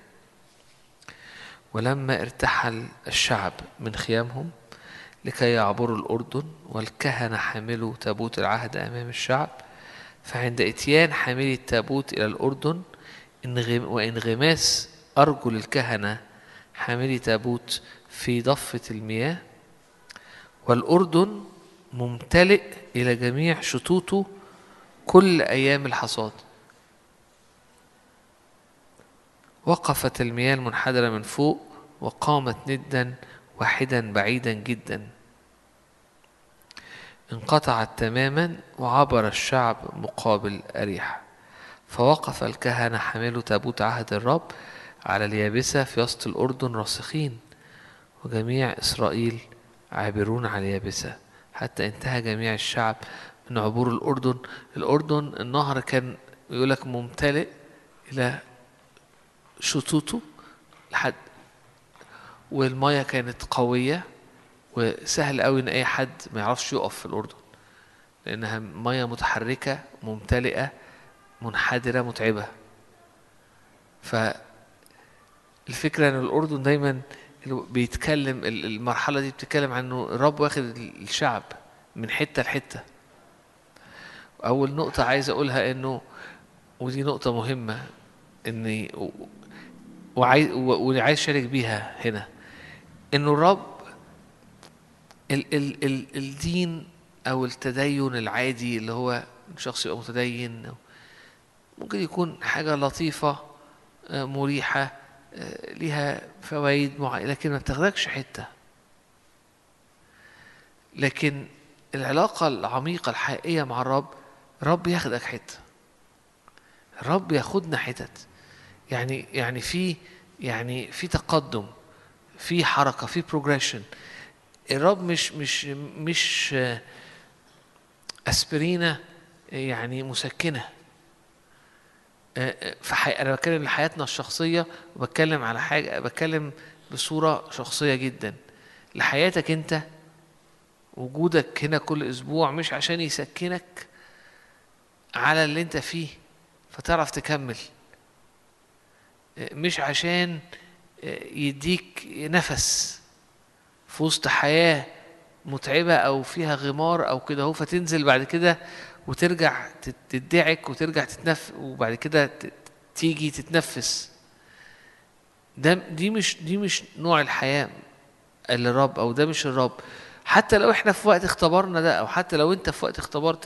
ولما ارتحل الشعب من خيامهم لكي يعبروا الأردن والكهنة حاملوا تابوت العهد أمام الشعب، فعند إتيان حاملي التابوت إلى الأردن وانغماس أرجل الكهنة حاملي تابوت في ضفة المياه، والأردن ممتلئ إلى جميع شطوطه كل أيام الحصاد، وقفت المياه المنحدرة من فوق وقامت ندا واحدا بعيدا جدا، انقطعت تماما وعبر الشعب مقابل أريحة. فوقف الكهنة حملوا تابوت عهد الرب على اليابسة في وسط الأردن راسخين، وجميع إسرائيل عابرون على اليابسة حتى انتهى جميع الشعب من عبور الأردن. الأردن النهر كان يقولك ممتلئ إلى شطوطه لحد، والمياه كانت قوية وسهل قوي ان اي حد ما يعرفش يقف في الأردن، لانها مياه متحركة ممتلئة منحدرة متعبة. فالفكرة ان الأردن دايما بيتكلم المرحلة دي بتتكلم عن انه الرب واخد الشعب من حتة لحتة. أول نقطة عايز أقولها إنه، ودي نقطة مهمة إني وعايز أشارك بيها هنا، إنه الرب الدين أو التدين العادي اللي هو شخص يبقى متدين ممكن يكون حاجة لطيفة مريحة ليها فوائد معينة، لكن ما بتاخدكش حتة. لكن العلاقة العميقة الحقيقية مع الرب ياخدك حتة، الرب ياخدنا حتت. يعني في تقدم، في حركة، في بروجريشن. الرب مش أسبرينة يعني مسكنة. أنا بتكلم لحياتنا الشخصية، وبتكلم على حاجة، بتكلم بصورة شخصية جدا لحياتك أنت. وجودك هنا كل أسبوع مش عشان يسكنك على اللي أنت فيه فتعرف تكمل، مش عشان يديك نفس في وسط حياة متعبة أو فيها غمار أو كده هو، فتنزل بعد كده وترجع تدعك وترجع وبعد كده تيجي تتنفس. دي مش نوع الحياة اللي الرب، أو ده مش الرب. حتى لو احنا في وقت اختبرنا ده، أو حتى لو انت في وقت اختبرت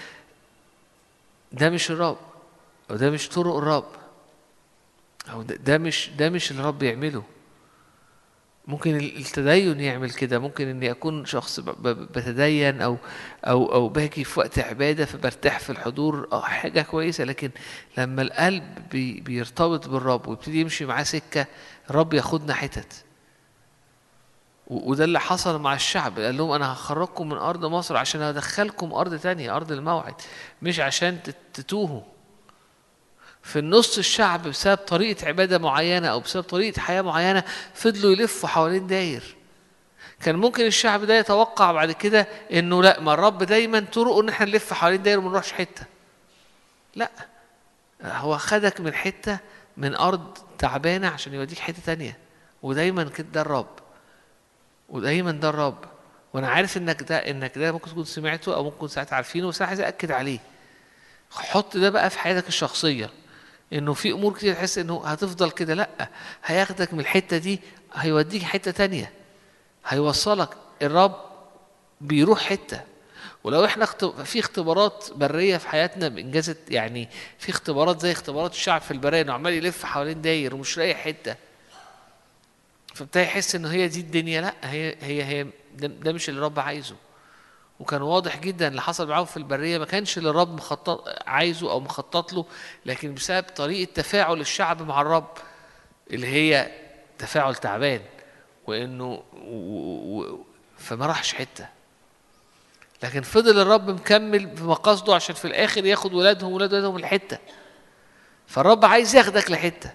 ده مش الرب، أو ده مش طرق الرب، أو ده مش اللي الرب يعمله. ممكن التدين يعمل كده، ممكن اني اكون شخص بتدين او باجي في وقت عباده فبرتاح في الحضور، حاجه كويسه. لكن لما القلب بيرتبط بالرب ويبتدي يمشي معاه سكه، الرب ياخدنا حتت. وده اللي حصل مع الشعب. قال لهم انا هخرجكم من ارض مصر عشان ادخلكم ارض تانية، ارض الموعد، مش عشان تتوهوا. في النص الشعب بسبب طريقة عبادة معينة أو بسبب طريقة حياة معينة فضلوا يلفوا حوالين داير. كان ممكن الشعب ده يتوقع بعد كده إنه لا، ما الرب دايما طرقه إن احنا نلف حوالين داير وما نروحش حتة. لا، هو خدك من حتة، من أرض تعبانة عشان يوديك حتة تانية. ودايما كده ده الرب، ودايما ده الرب. وأنا عارف إنك ده ممكن تكون سمعته أو ممكن ساعات عارفينه، بس أنا عايز أأكد عليه. حط ده بقى في حياتك الشخصية، انه في امور كتير تحس انه هتفضل كده. لا، هياخدك من الحته دي هيوديك حته تانية، هيوصلك. الرب بيروح حته. ولو احنا في اختبارات بريه في حياتنا بانجازت، يعني في اختبارات زي اختبارات الشعب في البريه انه عمال يلف حوالين داير ومش لاقي حته، فبتلاقي يحس انه هي دي الدنيا. لا، هي ده مش اللي الرب عايزه. وكان واضح جدا اللي حصل معاهم في البريه، ما كانش اللي الرب عايزه او مخطط له، لكن بسبب طريقه تفاعل الشعب مع الرب اللي هي تفاعل تعبان، وانه فما راحش حته. لكن فضل الرب مكمل في مقاصده عشان في الاخر ياخد ولادهم الحته. فالرب عايز ياخدك لحته،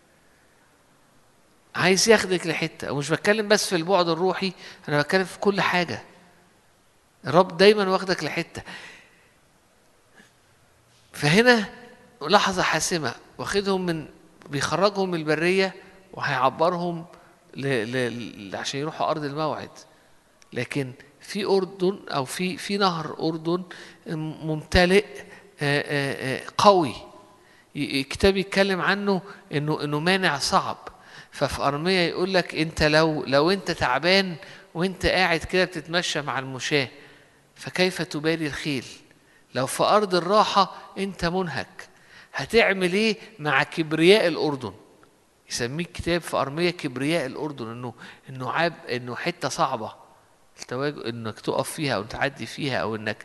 عايز ياخدك لحته. ومش بتكلم بس في البعد الروحي، انا بتكلم في كل حاجه. الرب دايما واخدك لحته. فهنا لحظة حاسمة، واخدهم بيخرجهم من البرية وهيعبرهم عشان يروحوا أرض الموعد. لكن في أردن، أو في نهر أردن ممتلئ قوي. الكتاب يتكلم عنه إنه مانع صعب. ففي أرمية يقول لك أنت لو أنت تعبان وأنت قاعد كده بتتمشى مع المشاة، فكيف تبالي الخيل؟ لو في أرض الراحة أنت منهك، هتعمل إيه مع كبرياء الأردن؟ يسميه الكتاب في أرمية كبرياء الأردن، إنه حتة صعبة التواجد، إنك تقف فيها أو تعدي فيها، أو إنك.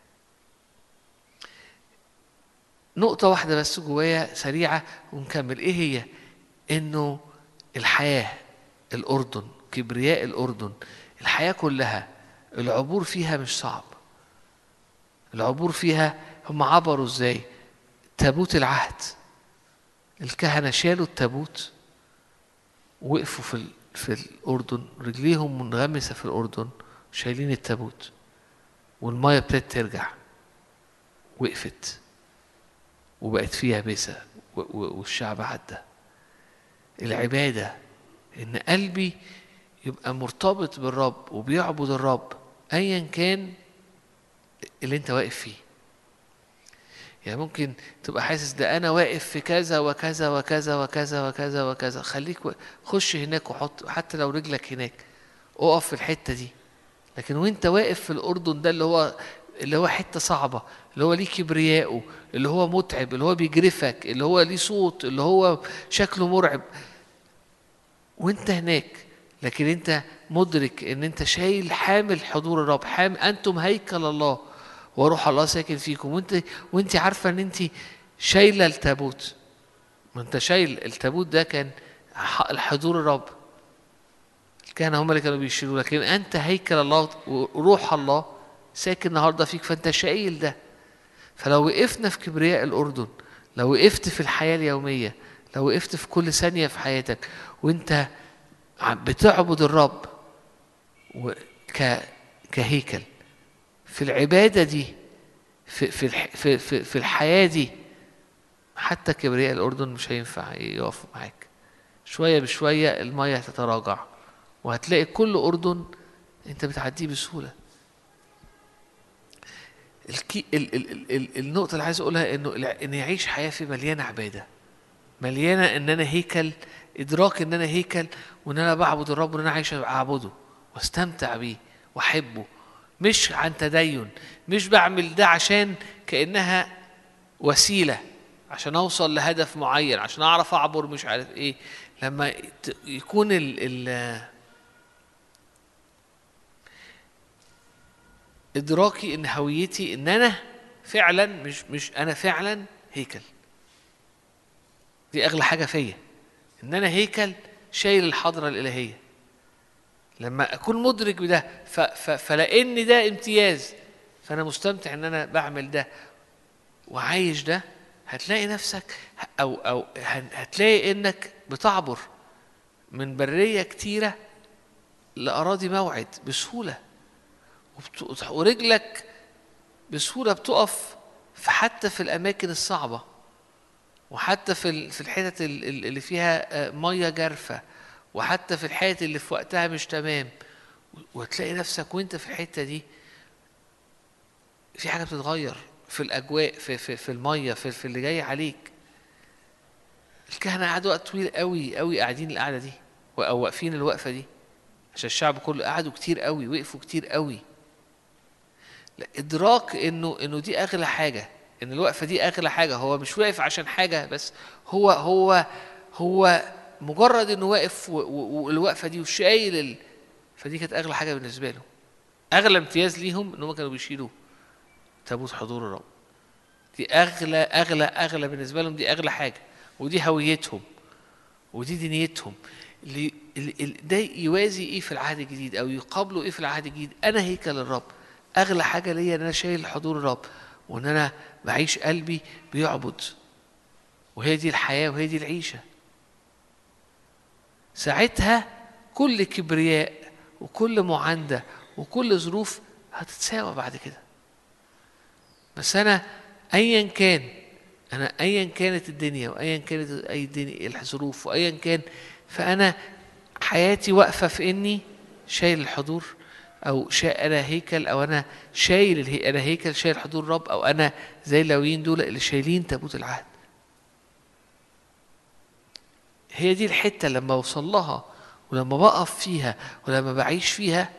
نقطة واحدة بس جوايا سريعة ونكمل. إيه هي؟ إنه الحياة الأردن، كبرياء الأردن، الحياة كلها العبور فيها مش صعب. العبور فيها، هم عبروا ازاي؟ تابوت العهد، الكهنة شالوا التابوت، وقفوا في الأردن، رجليهم منغمسة في الأردن شايلين التابوت، والمية ابتدت ترجع، وقفت وبقت فيها بسة، والشعب عدى. إن قلبي يبقى مرتبط بالرب وبيعبد الرب أيا كان اللي أنت واقف فيه. يعني ممكن تبقى حاسس ده أنا واقف في كذا وكذا وكذا وكذا وكذا وكذا، خليك خش هناك وحط، حتى لو رجلك هناك اقف في الحتة دي. لكن وانت واقف في الأردن ده اللي هو حتة صعبة، اللي هو ليه كبرياءه، اللي هو متعب، اللي هو بيجرفك، اللي هو ليه صوت، اللي هو شكله مرعب، وانت هناك لكن انت مدرك ان انت شايل حامل حضور الرب، انتم هيكل الله وروح الله ساكن فيكم، وانت عارفة ان انت شايلة التابوت. ما انت شايل التابوت ده كان الحضور الرب، الكهنة هم اللي كانوا بيشيلوا، لكن انت هيكل الله وروح الله ساكن النهارده فيك، فانت شايل ده. فلو وقفنا في كبرياء الأردن، لو وقفت في الحياة اليومية، لو وقفت في كل ثانية في حياتك وانت بتعبد الرب كهيكل في العبادة دي، في الحياة دي، حتى كبرياء الأردن مش هينفع يقف معاك. شوية بشوية المية هتتراجع وهتلاقي كل أردن انت بتعديه بسهولة. النقطة اللي عايز أقولها إن يعيش حياة في مليانة عبادة، مليانة إن أنا هيكل، إدراك إن أنا هيكل، وإن أنا بعبد الرب، وإن أنا عايش أعبده واستمتع بيه وأحبه، مش عن تدين، مش بعمل ده عشان كأنها وسيلة عشان أوصل لهدف معين، عشان أعرف أعبر مش عارف إيه. لما يكون إدراكي إن هويتي إن أنا فعلا مش أنا فعلا هيكل، دي أغلى حاجة فيا، إن أنا هيكل شايل الحضرة الإلهية. لما أكون مدرك بده فلأن ده امتياز، فأنا مستمتع إن أنا بعمل ده وعايش ده، هتلاقي نفسك أو هتلاقي إنك بتعبر من برية كتيرة لأراضي موعد بسهولة، ورجلك بسهولة بتقف حتى في الأماكن الصعبة، وحتى في الحتت اللي فيها مية جارفة، وحتى في الحتت اللي في وقتها مش تمام، وتلاقي نفسك وانت في الحتة دي في حاجة بتتغير في الأجواء، في المية، في اللي جاي عليك. الكهنة قعدوا وقت طويل قوي قوي قاعدين القعدة دي أو واقفين الوقفة دي، عشان الشعب كله قعدوا كتير قوي، وقفوا كتير قوي. إدراك إنه دي أغلى حاجة، إن الوقفة دي أغلى حاجة. هو مش واقف عشان حاجة بس، هو مجرد إنه واقف والوقفة دي وشايل فدي كانت أغلى حاجة بالنسبة له. أغلى امتياز ليهم إنهم كانوا بيشيلوا تابوت حضور الرب. دي أغلى بالنسبة لهم، دي أغلى حاجة، ودي هويتهم ودي دنيتهم. ده يوازي إيه في العهد الجديد أو يقابله إيه في العهد الجديد؟ أنا هيكل الرب، أغلى حاجة ليا إن أنا شايل حضور الرب، وإن أنا بعيش قلبي بيعبد، وهي دي الحياة وهي دي العيشة. ساعتها كل كبرياء وكل معاندة وكل ظروف هتتساوى بعد كده. بس أنا أيا كانت الدنيا، وأيا كانت الظروف، وأيا كان، فأنا حياتي واقفة في إني شايل الحضور، أو أنا هيكل، أو أنا شايل أنا هيكل شايل حضور الرب، أو أنا زي اللاويين دول اللي شايلين تابوت العهد. هي دي الحتة لما أوصل لها، ولما بقف فيها، ولما بعيش فيها،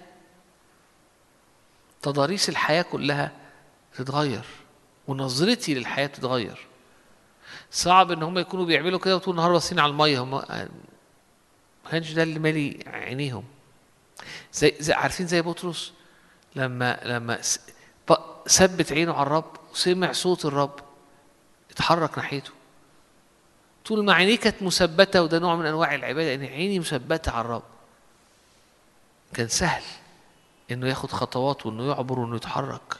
تضاريس الحياة كلها تتغير، ونظرتي للحياة تتغير. صعب إن هم يكونوا بيعملوا كده وطول النهار باصين على المية، هم ما كانش ده اللي مالي عينيهم. زي عارفين زي بطرس لما ثبت عينه على الرب وسمع صوت الرب اتحرك ناحيته. طول ما عينيه كانت مثبته، وده نوع من انواع العباده، ان عيني مثبته على الرب، كان سهل انه ياخد خطوات وانه يعبر وانه يتحرك.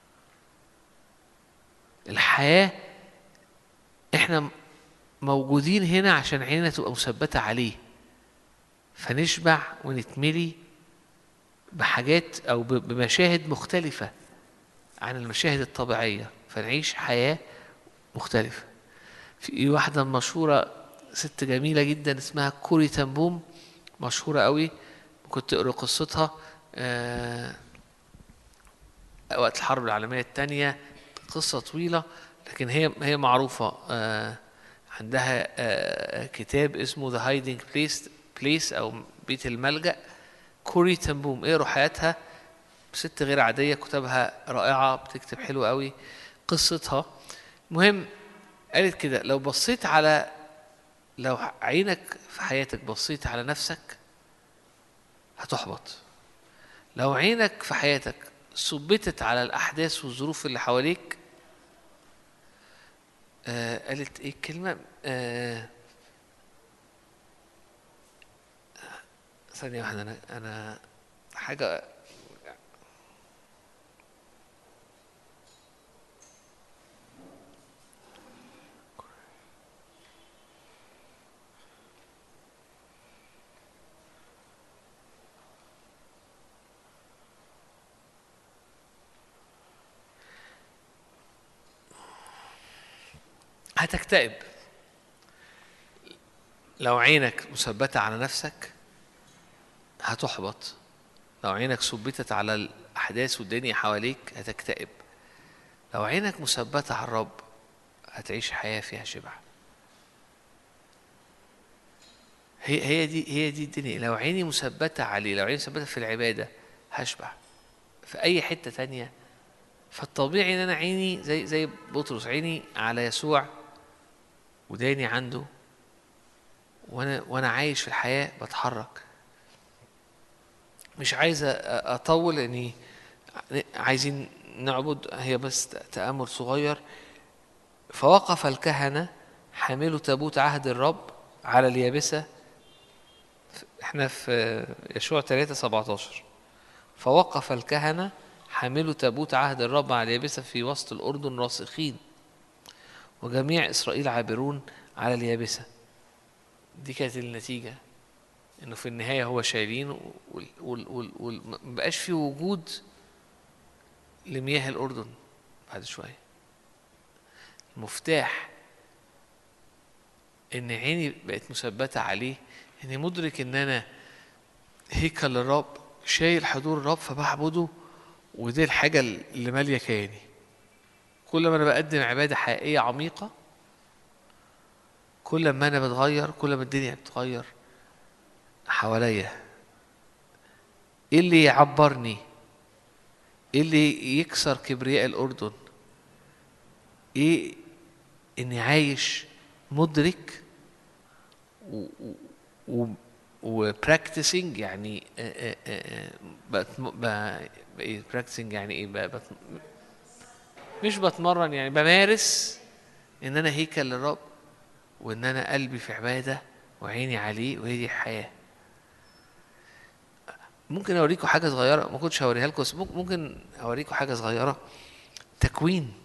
الحياه احنا موجودين هنا عشان عيننا تبقى مثبته عليه، فنشبع ونتملي بحاجات او بمشاهد مختلفه عن المشاهد الطبيعيه، فنعيش حياه مختلفه. في واحده مشهوره، ست جميله جدا اسمها كوري تنبوم، مشهورة قوي، كنت تقرأ قصتها وقت الحرب العالمية الثانية، قصة طويلة لكن هي معروفة. عندها كتاب اسمه The Hiding Place أو بيت الملجأ. كوري تنبوم، اقروا حياتها، ست غير عادية، كتابها رائعة، بتكتب حلو قوي قصتها. مهم قالت كده: لو عينك في حياتك بصيت على نفسك هتحبط. لو عينك في حياتك ثبتت على الأحداث والظروف اللي حواليك، قالت ايه الكلمة؟ ثانية واحدة، أنا حاجة هتكتئب. لو عينك مثبتة على نفسك هتحبط. لو عينك ثبتت على الأحداث والدنيا حواليك هتكتئب. لو عينك مثبتة على الرب هتعيش حياة فيها شبع. هي دي الدنيا. لو عيني مثبتة عليه، لو عيني مثبتة في العبادة هشبع. في أي حتة تانية فالطبيعي إن أنا عيني زي بطرس، عيني على يسوع وداني عنده، وأنا عايش في الحياة بتحرك. مش عايز أطول لأني عايزين نعبد، هي بس تأمل صغير. فوقف الكهنة حاملوا تابوت عهد الرب على اليابسة. احنا في يشوع 3:17. فوقف الكهنة حاملوا تابوت عهد الرب على اليابسة في وسط الأردن راسخين، وجميع إسرائيل عابرون على اليابسة. دي كانت النتيجة، إنه في النهاية هو شايلين ومبقاش في وجود لمياه الأردن بعد شوية. المفتاح إن عيني بقت مثبتة عليه، إني مدرك إن أنا هيكل الرب، شايل حضور الرب فبعبده، ودي الحاجة اللي مالية كياني. كل ما أنا بقدم عبادة حقيقية عميقة، كل ما أنا بتغير، كل ما الدنيا بتتغير حواليا. إيه اللي يعبرني؟ إيه اللي يكسر كبرياء الأردن؟ إيه؟ إني عايش مدرك وبراكتسنج. يعني براكتسنج يعني ايه؟ مش بتمرن، يعني بمارس ان انا هيكل للرب، وان انا قلبي في عباده وعيني عليه، وهي دي الحياه. ممكن اوريكم حاجه صغيره، ما كنتش هوريها لكم بس ممكن اوريكم حاجه صغيره. تكوين،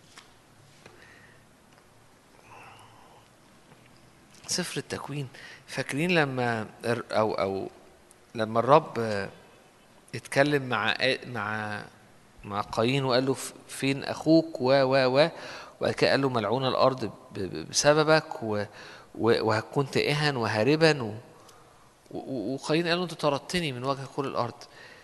سفر التكوين. فاكرين لما لما الرب اتكلم مع قايين وقال له فين اخوك وبعد كده قال له ملعون الارض بسببك وهتكون تائها وهاربا، وقايين قال له انت طردتني من وجه كل الارض.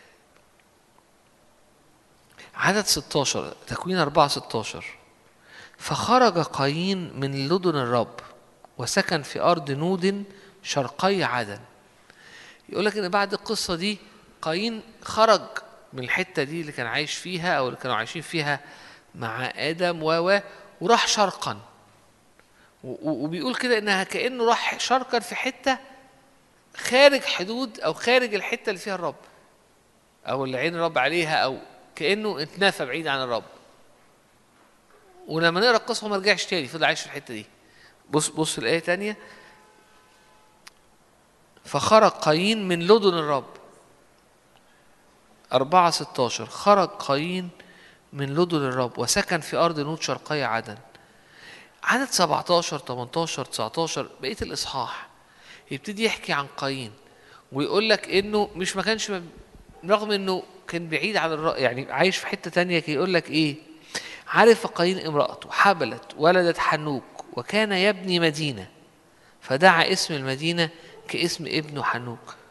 عدد 16، تكوين 4:16. فخرج قايين من لدن الرب وسكن في أرض نود شرقي عدن. يقول لك إن بعد القصة دي قايين خرج من الحتة دي اللي كان عايش فيها أو اللي كانوا عايشين فيها مع آدم وراح شرقا. وبيقول كده إنها كأنه راح شرقا في حتة خارج حدود أو خارج الحتة اللي فيها الرب أو اللي عين الرب عليها، أو كأنه اتنافى بعيد عن الرب. ولما نقرأ القصة ما رجعش تاني، فضل عايش في الحتة دي. بص الآية تانية. فخرج قايين من لدن الرب 4:16. خرج قايين من لدن الرب وسكن في أرض نود شرقي عدن. عدد 17 18 19 بقية الإصحاح يبتدي يحكي عن قايين، ويقول لك إنه مش ما كانش رغم إنه كان بعيد عن يعني عايش في حتة تانية. يقول لك إيه؟ عرف قايين امرأته حبلت ولدت حنوك وكان يبني مدينة، فدعا اسم المدينة كاسم ابنه حنوك.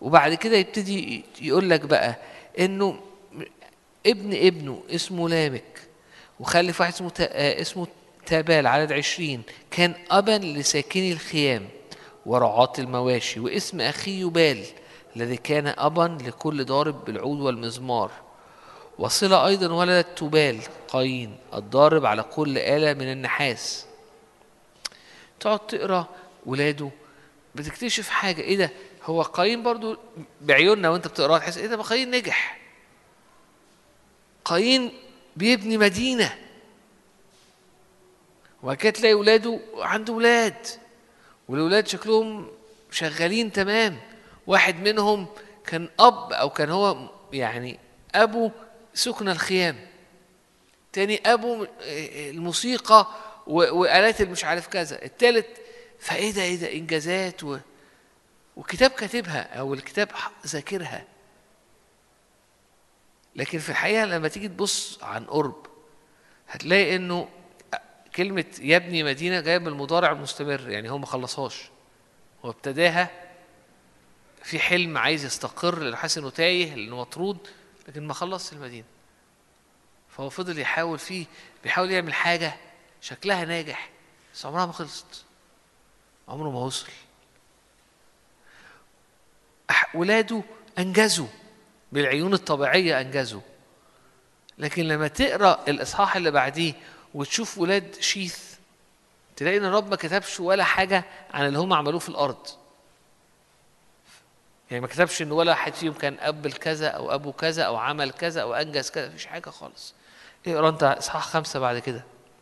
وبعد كده يبتدي يقول لك بقى انه ابنه اسمه لامك، وخلف واحد اسمه تابال عدد 20 كان أبا لساكني الخيام ورعاة المواشي، واسم أخيه يبال الذي كان أبا لكل ضارب بالعود والمزمار. وصلة أيضا ولدت تبال قايين الضارب على كل آلة من النحاس. تقعد تقرأ ولاده بتكتشف حاجة، ايه ده؟ هو قايين برضو بعيوننا وانت بتقرأ تحس ايه ده؟ قايين نجح، قايين بيبني مدينة، وبعد كده تلاقي ولاده عنده ولاد، والولاد شكلهم شغالين تمام. واحد منهم كان أب أو كان هو يعني أبو سكن الخيام، تاني أبو الموسيقى وآلات مش عارف كذا، التالت فإيه ده؟ إيه ده؟ إنجازات وكتاب كاتبها أو الكتاب ذاكرها. لكن في الحقيقة لما تيجي تبص عن قرب هتلاقي إنه كلمة يبني مدينة جاية من المضارع المستمر، يعني هو ما خلصهاش، هو ابتداها في حلم عايز يستقر لأنه حاسس إنه تايه لأنه مطرود، لكن ما خلصش المدينة. فهو فضل يحاول فيه، بيحاول يعمل حاجة شكلها ناجح بس عمرها ما خلصت، عمره ما وصل. ولاده أنجزوا بالعيون الطبيعية، أنجزوا. لكن لما تقرأ الإصحاح اللي بعديه وتشوف ولاد شيث تلاقي إن الرب ما كتبش ولا حاجة عن اللي هم عملوه في الأرض. يعني ما كتبش إن ولا واحد فيهم كان أب الكذا أو أبو كذا أو عمل كذا أو أنجز كذا، مفيش حاجة خالص. اقرأ أنت إصحاح 5 بعد كده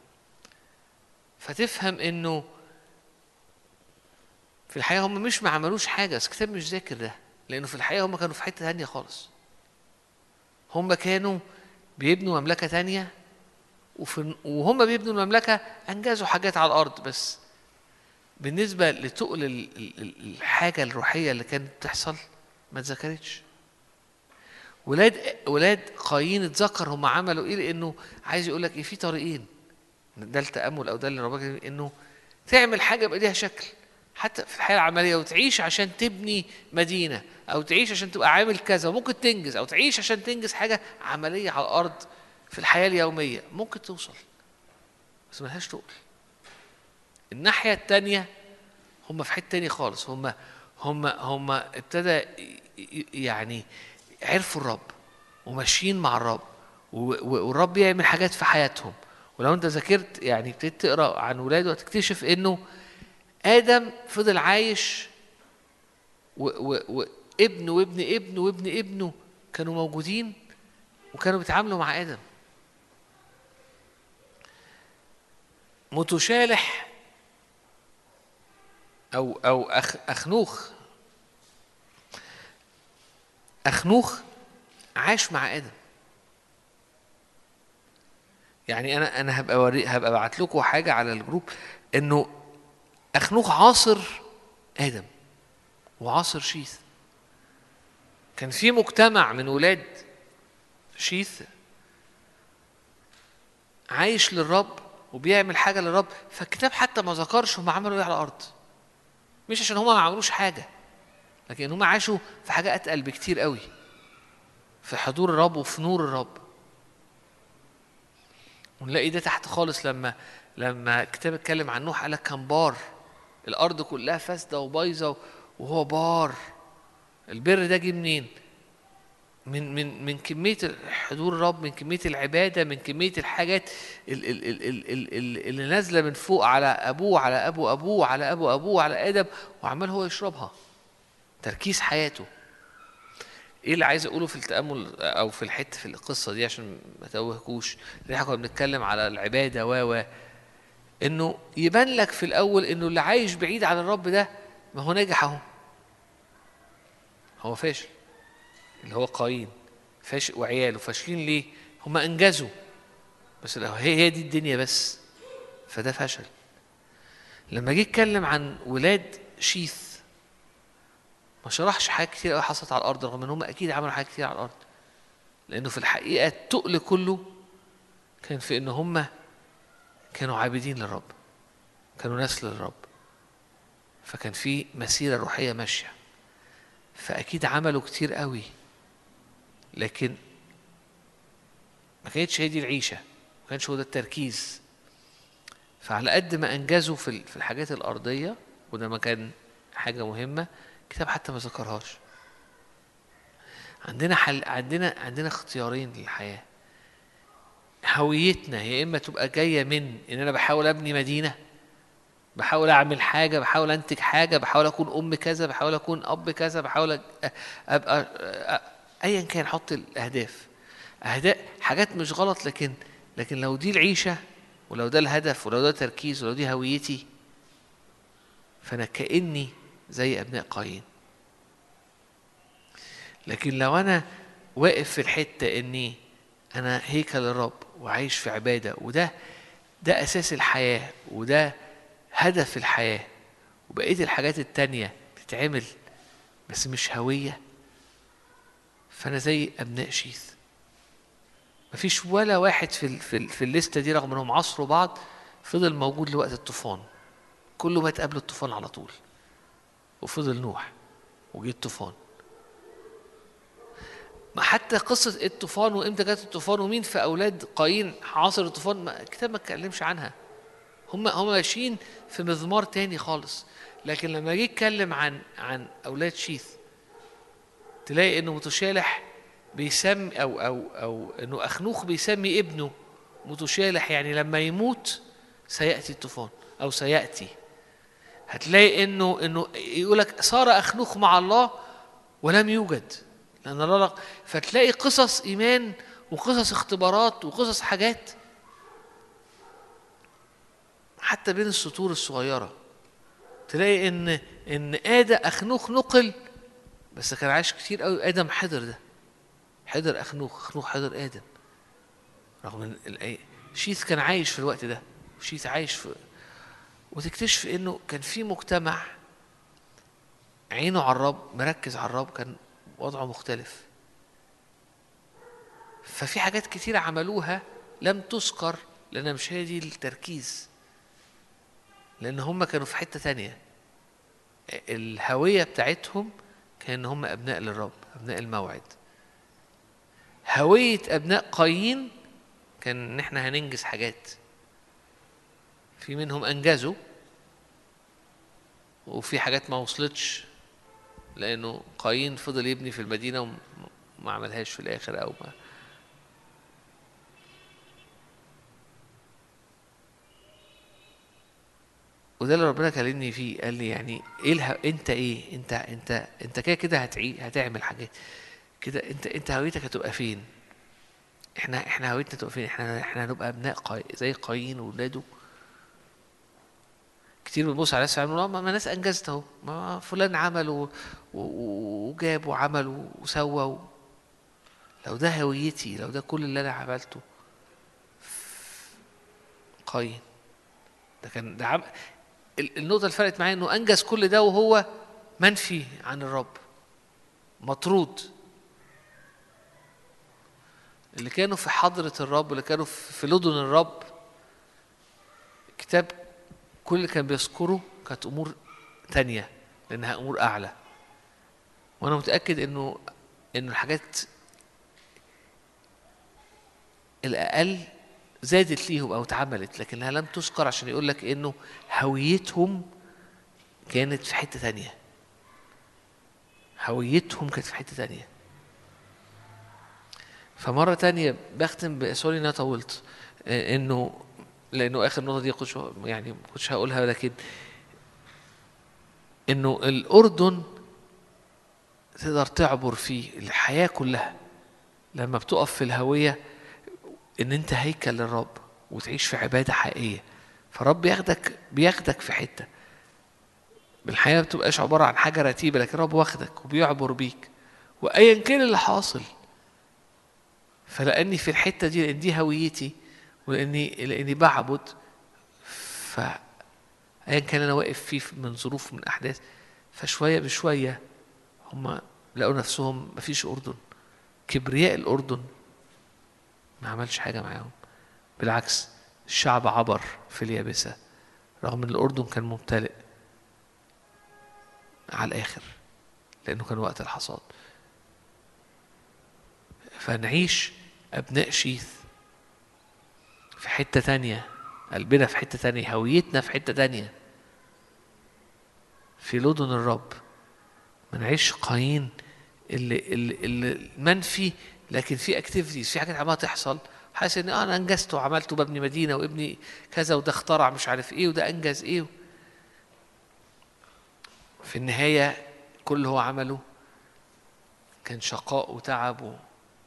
فتفهم إنه في الحقيقة هم مش ما عملوش حاجة، بس الكتاب مش ذاكر ده، لأنه في الحقيقة هم كانوا في حتة تانية خالص. هم كانوا بيبنوا مملكة تانية، وهم بيبنوا المملكة أنجزوا حاجات على الأرض، بس بالنسبة لتقل الحاجة الروحية اللي كانت بتحصل ما اتذكرتش. ولاد قايين اتذكر هم عملوا ايه، لأنه عايز يقول لك ايه، في طريقين، ده التأمل أو ده اللي ربك إنه تعمل حاجة يبقى ليها شكل حتى في الحياة العملية، وتعيش عشان تبني مدينة، أو تعيش عشان تبقى عامل كذا وممكن تنجز، أو تعيش عشان تنجز حاجة عملية على الأرض في الحياة اليومية ممكن توصل، بس ملهاش تقل. الناحية التانية هم في حتة تانية خالص، هم ابتدى يعني عرفوا الرب وماشيين مع الرب، والرب يعمل حاجات في حياتهم. ولو انت ذاكرت يعني ابتديت تقرا عن ولاده هتكتشف انه آدم فضل عايش وابن وابن ابن وابن ابنه كانوا موجودين وكانوا بيتعاملوا مع آدم. متشالح أو أخنوخ عاش مع آدم. يعني أنا هبقى أبعت لكم حاجة على الجروب إنه أخنوخ عاصر آدم وعاصر شيث. كان في مجتمع من ولاد شيث عايش للرب وبيعمل حاجة للرب، فالكتاب حتى ما ذكرش هم عملوا ايه على الأرض، مش عشان هم ما عملوش حاجة، لكن هم عاشوا في حاجة أتقل بكتير قوي، في حضور الرب وفي نور الرب. ونلاقي ده تحت خالص لما الكتاب اتكلم عن نوح قال كان بار، الأرض كلها فاسدة وبايظة وهو بار. البر ده جه منين؟ من كمية حضور الرب، من كمية العبادة، من كمية الحاجات اللي نازلة من فوق على أبوه على أبو أبوه على أبو أبوه على آدم، وعمال هو يشربها، تركيز حياته. إيه اللي عايز أقوله في التأمل أو في الحتة في القصة دي عشان ما توهكوش؟ احنا كنا بنتكلم على العبادة إنه يبان لك في الأول إنه اللي عايش بعيد عن الرب ده ما هو ناجح أهو، هو فاشل، اللي هو قايين فاشل وعياله فاشلين. ليه؟ هم انجزوا بس هي دي الدنيا بس، فده فشل. لما جه يتكلم عن ولاد شيث ما شرحش حاجات كتير قوي حصلت على الارض، رغم ان هم اكيد عملوا حاجات كتير على الارض، لانه في الحقيقه التقل كله كان في ان هم كانوا عابدين للرب، كانوا نسل للرب، فكان في مسيره روحيه ماشيه. فأكيد عملوا كتير قوي، لكن ما كانتش هي دي العيشة، ما كانش هو ده التركيز. فعلى قد ما أنجزوا في الحاجات الأرضية، وده ما كان حاجة مهمة، الكتاب حتى ما ذكرهاش. عندنا اختيارين للحياة. هويتنا يا إما تبقى جاية من إن أنا بحاول أبني مدينة، بحاول أعمل حاجة، بحاول أنتج حاجة، بحاول أكون أم كذا، بحاول أكون أب كذا، بحاول أبقى أيا كان. حط الأهداف، حاجات مش غلط، لكن لو دي العيشة، ولو ده الهدف، ولو ده تركيز، ولو دي هويتي، فأنا كأني زي أبناء قايين. لكن لو أنا واقف في الحتة إني أنا هيكل الرب وعايش في عبادة، ده أساس الحياة، وده هدف الحياة، وبقية الحاجات التانية بتتعمل بس مش هوية، فأنا زي أبناء شيث. مفيش ولا واحد في الليستة دي رغم أنهم عصروا بعض فضل موجود لوقت الطوفان. كله مات قبل الطوفان على طول، وفضل نوح وجه الطوفان. ما حتى قصة الطوفان وإمتى جت الطوفان ومين في أولاد قايين عاصر الطوفان، الكتاب ما اتكلمش عنها. هم ماشيين في مضمار تاني خالص. لكن لما جه يتكلم عن أولاد شيث، تلاقي إنه متشالح بيسمي أو إنه أخنوخ بيسمي ابنه متشالح، يعني لما يموت سيأتي الطوفان أو سيأتي. هتلاقي إنه يقولك صار أخنوخ مع الله ولم يوجد، لأن الله. فتلاقي قصص إيمان وقصص اختبارات وقصص حاجات حتى بين السطور الصغيرة. تلاقي إن أخنوخ نقل، بس كان عايش كتير قوي. آدم حضر أخنوخ حضر آدم، رغم إن شيث كان عايش في الوقت ده، شيث عايش في. وتكتشف إنه كان في مجتمع عينه على الرب، مركز على الرب، كان وضعه مختلف. ففي حاجات كتير عملوها لم تذكر لأن مش هي دي التركيز، لأن هم كانوا في حتة تانية. الهوية بتاعتهم كان هم أبناء للرب، أبناء الموعد. هوية أبناء قايين كان إن إحنا هننجز حاجات. في منهم أنجزوا، وفي حاجات ما وصلتش، لأنه قايين فضل يبني في المدينة وما عملهاش في الآخر أو ما. وده اللي ربنا كلمني فيه، قال لي يعني انت كده هتعمل حاجات كده. انت هويتك هتبقى فين؟ احنا هويتنا تبقى فين؟ احنا هنبقى ابناء زي قايين وولاده. كتير بنبص على ناس يعملوا ما ناس انجزت اهو، ما فلان عمل وجاب وعمل وسوى. لو ده هويتي، لو ده كل اللي انا عملته، قايين ده النقطة اللي فرقت معايا انه انجز كل ده وهو منفي عن الرب، مطرود. اللي كانوا في حضرة الرب، اللي كانوا في لدن الرب، كتاب كل اللي كان بيذكره كانت امور تانية، لانها امور اعلى. وانا متأكد انه الحاجات الاقل زادت ليهم او اتعملت، لكنها لم تذكر عشان يقول لك انه هويتهم كانت في حتة تانية. هويتهم كانت في حتة تانية. فمرة تانية بختم سوري إن أنا طولت، لأنه آخر نقطة دي كنتش هقولها، لكن إنه الأردن تقدر تعبر فيه الحياة كلها لما بتقف في الهوية، إن أنت هيكل للرب وتعيش في عبادة حقيقية. فرب بياخدك في حتة. الحياة ما بتبقاش عبارة عن حاجة رتيبة، لكن رب واخدك وبيعبر بيك وأيا كان اللي حاصل. فلأني في الحتة دي، لأن دي هويتي، لأني بعبد، فأيا كان أنا واقف فيه من ظروف، من أحداث، فشوية بشوية هم لقوا نفسهم مفيش أردن. كبرياء الأردن ما عملش حاجة معاهم، بالعكس الشعب عبر في اليابسة رغم أن الأردن كان ممتلئ على الآخر. لأنه كان وقت الحصاد. فنعيش أبناء شيث في حتة تانية، قلبنا في حتة تانية، هويتنا في حتة تانية، في لدن الرب. ما نعيش قايين اللي منفي، لكن في اكتيفيتيز، في حاجات عمالة تحصل، حاسس ان انا انجزت وعملت وببني مدينة وابني كذا، وده اخترع مش عارف ايه، وده انجز ايه. في النهاية كل اللي هو عمله كان شقاء وتعب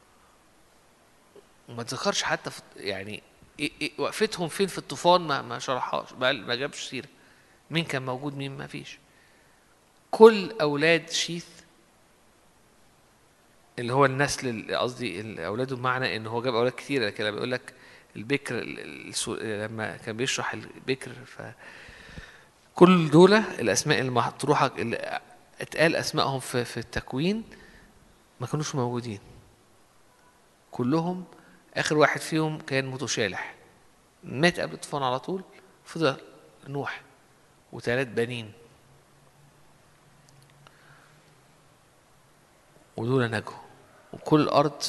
وما تذكرش حتى في يعني إيه وقفتهم فين في الطوفان، ما شرحهاش، ما جابش سيرة مين كان موجود مين ما فيش. كل أولاد شيث اللي هو النسل، قصدي أولاده، بمعنى إن هو جاب أولاد كتير، لكن لما بيقول لك البكر لما كان بيشرح البكر، فكل دول الأسماء المطروحة اللي اتقال أسمائهم في التكوين ما كانوش موجودين كلهم. آخر واحد فيهم كان متشالح، مات قبل الطوفان على طول. فضل نوح وثلاث بنين، ودول نجوا. وكل الأرض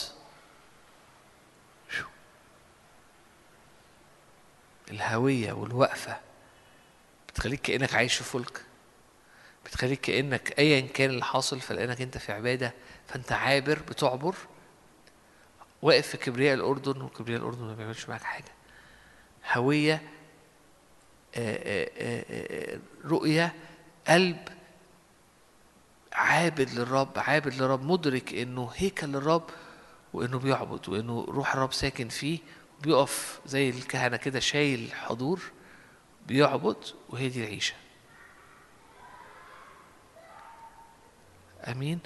الهوية والوقفة بتخليك كأنك عايش في فلك، بتخليك كأنك أيا كان اللي حاصل، فلأنك أنت في عبادة، فأنت عابر، بتعبر، واقف في كبرياء الأردن، وكبرياء الأردن ما بيعملش معاك حاجة. هوية، رؤية، قلب عابد للرب، عابد للرب، مدرك إنه هيكل للرب، وإنه بيعبد، وإنه روح الرب ساكن فيه، بيقف زي الكهنة كده شايل حضور، بيعبد. وهي دي العيشة. أمين.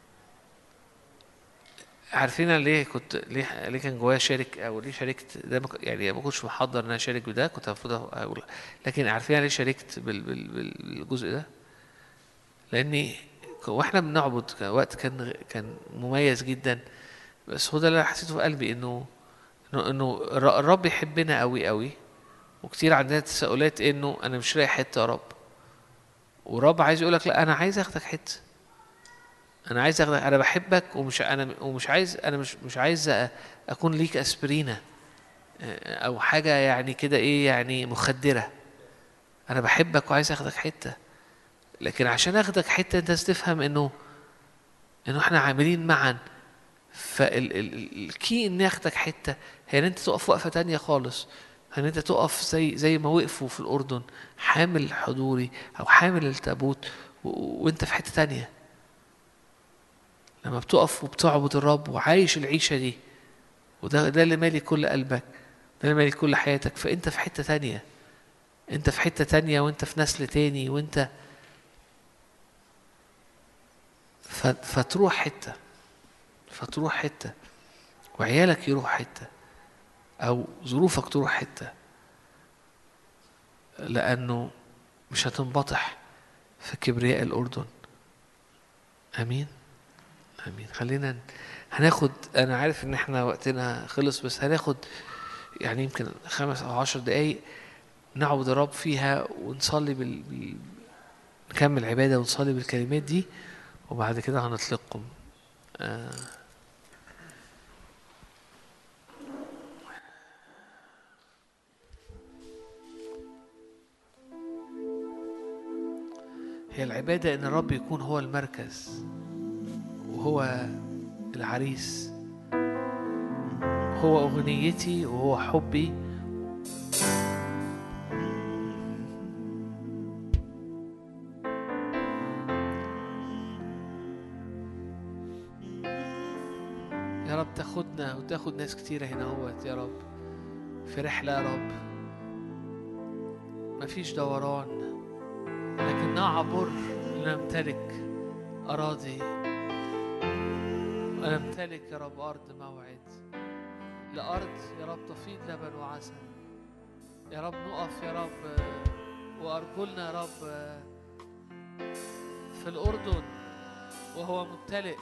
عارفين أنا ليه كنت ليه كان جوايا شارك، او ليه شاركت ده؟ يعني ما كنتش محضر ان انا اشارك بده، كنت المفروض اقول، لكن عارفين أنا ليه شاركت بالجزء ده؟ لاني واحنا بنعبد وقت كان مميز جدا، بس هو ده اللي حسيته في قلبي، انه الرب يحبنا قوي قوي، وكتير عندنا تساؤلات انه انا مش رايح حته يا رب، ورب عايز يقولك لا، انا عايز اخدك حته، انا عايز اخدك، انا بحبك، ومش عايز، انا مش عايز اكون ليك اسبرينه او حاجه يعني كده، ايه يعني مخدره. انا بحبك وعايز اخدك حته، لكن عشان اخدك حته انت لازم تفهم انه احنا عاملين معا. فالكي ان اخدك حته هي ان انت تقف وقفه تانية خالص، ان انت تقف زي ما وقفوا في الاردن، حامل حضوري او حامل التابوت، وانت في حته تانية. لما بتقف وبتعبد الرب وعايش العيشه دي، وده اللي مالي كل قلبك، ده اللي مالي كل حياتك، فانت في حته تانية، انت في حته تانية، وانت في نسل تاني، وانت فتروح حته، فتروح حته، وعيالك يروح حته، او ظروفك تروح حته، لانه مش هتنبطح في كبرياء الاردن. امين. امين. خلينا هناخد، انا عارف ان احنا وقتنا خلص، بس هناخد يعني يمكن 5 أو 10 دقايق نعبد الرب فيها، ونصلي نكمل عبادة ونصلي بالكلمات دي، وبعد كده هنطلقكم. هي العبادة إن الرب يكون هو المركز، وهو العريس، هو أغنيتي وهو حبي. يا رب تاخدنا وتاخد ناس كتيرة هنا هوت يا رب، في رحلة يا رب، مفيش دوران، لكن نعبر لنمتلك أراضي، ونمتلك يا رب أرض موعد، لأرض يا رب تفيض لبن وعسل. يا رب نقف يا رب، وأرجلنا يا رب في الأردن وهو ممتلئ.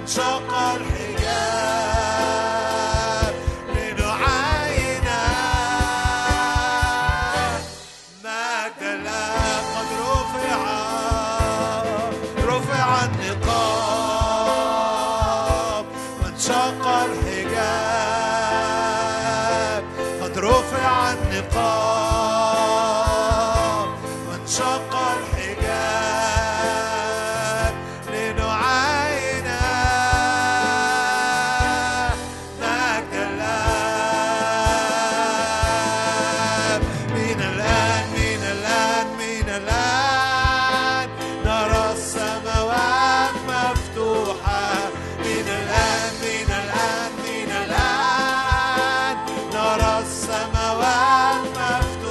وانشق الحجاب لنعاين مجد الله. قد رفع النقاب وانشق الحجاب. قد رفع النقاب وانشق الحجاب لنعاين مجد الله. من الآن نرى السماوات مفتوحة. من الآن نرى السماوات مفتوحة.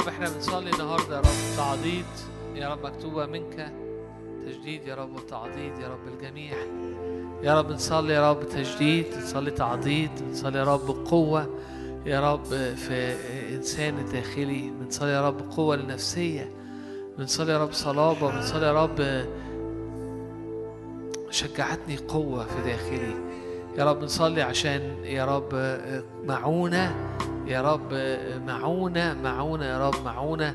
رب احنا بنصلي النهارده يا رب تعضيد يا رب مكتوبة منك تجديد يا رب وتعضيد يا رب الجميع. يا رب نصلي يا رب تجديد، نصلي تعضيد، نصلي يا رب قوة يا رب في إنسان الداخلي، بنصلي يا رب قوة للنفسية، بنصلي يا رب صلابة، بنصلي يا رب شجعتني قوة في داخلي. يا رب نصلي عشان يا رب معونة يا رب، معونة يا رب، معونة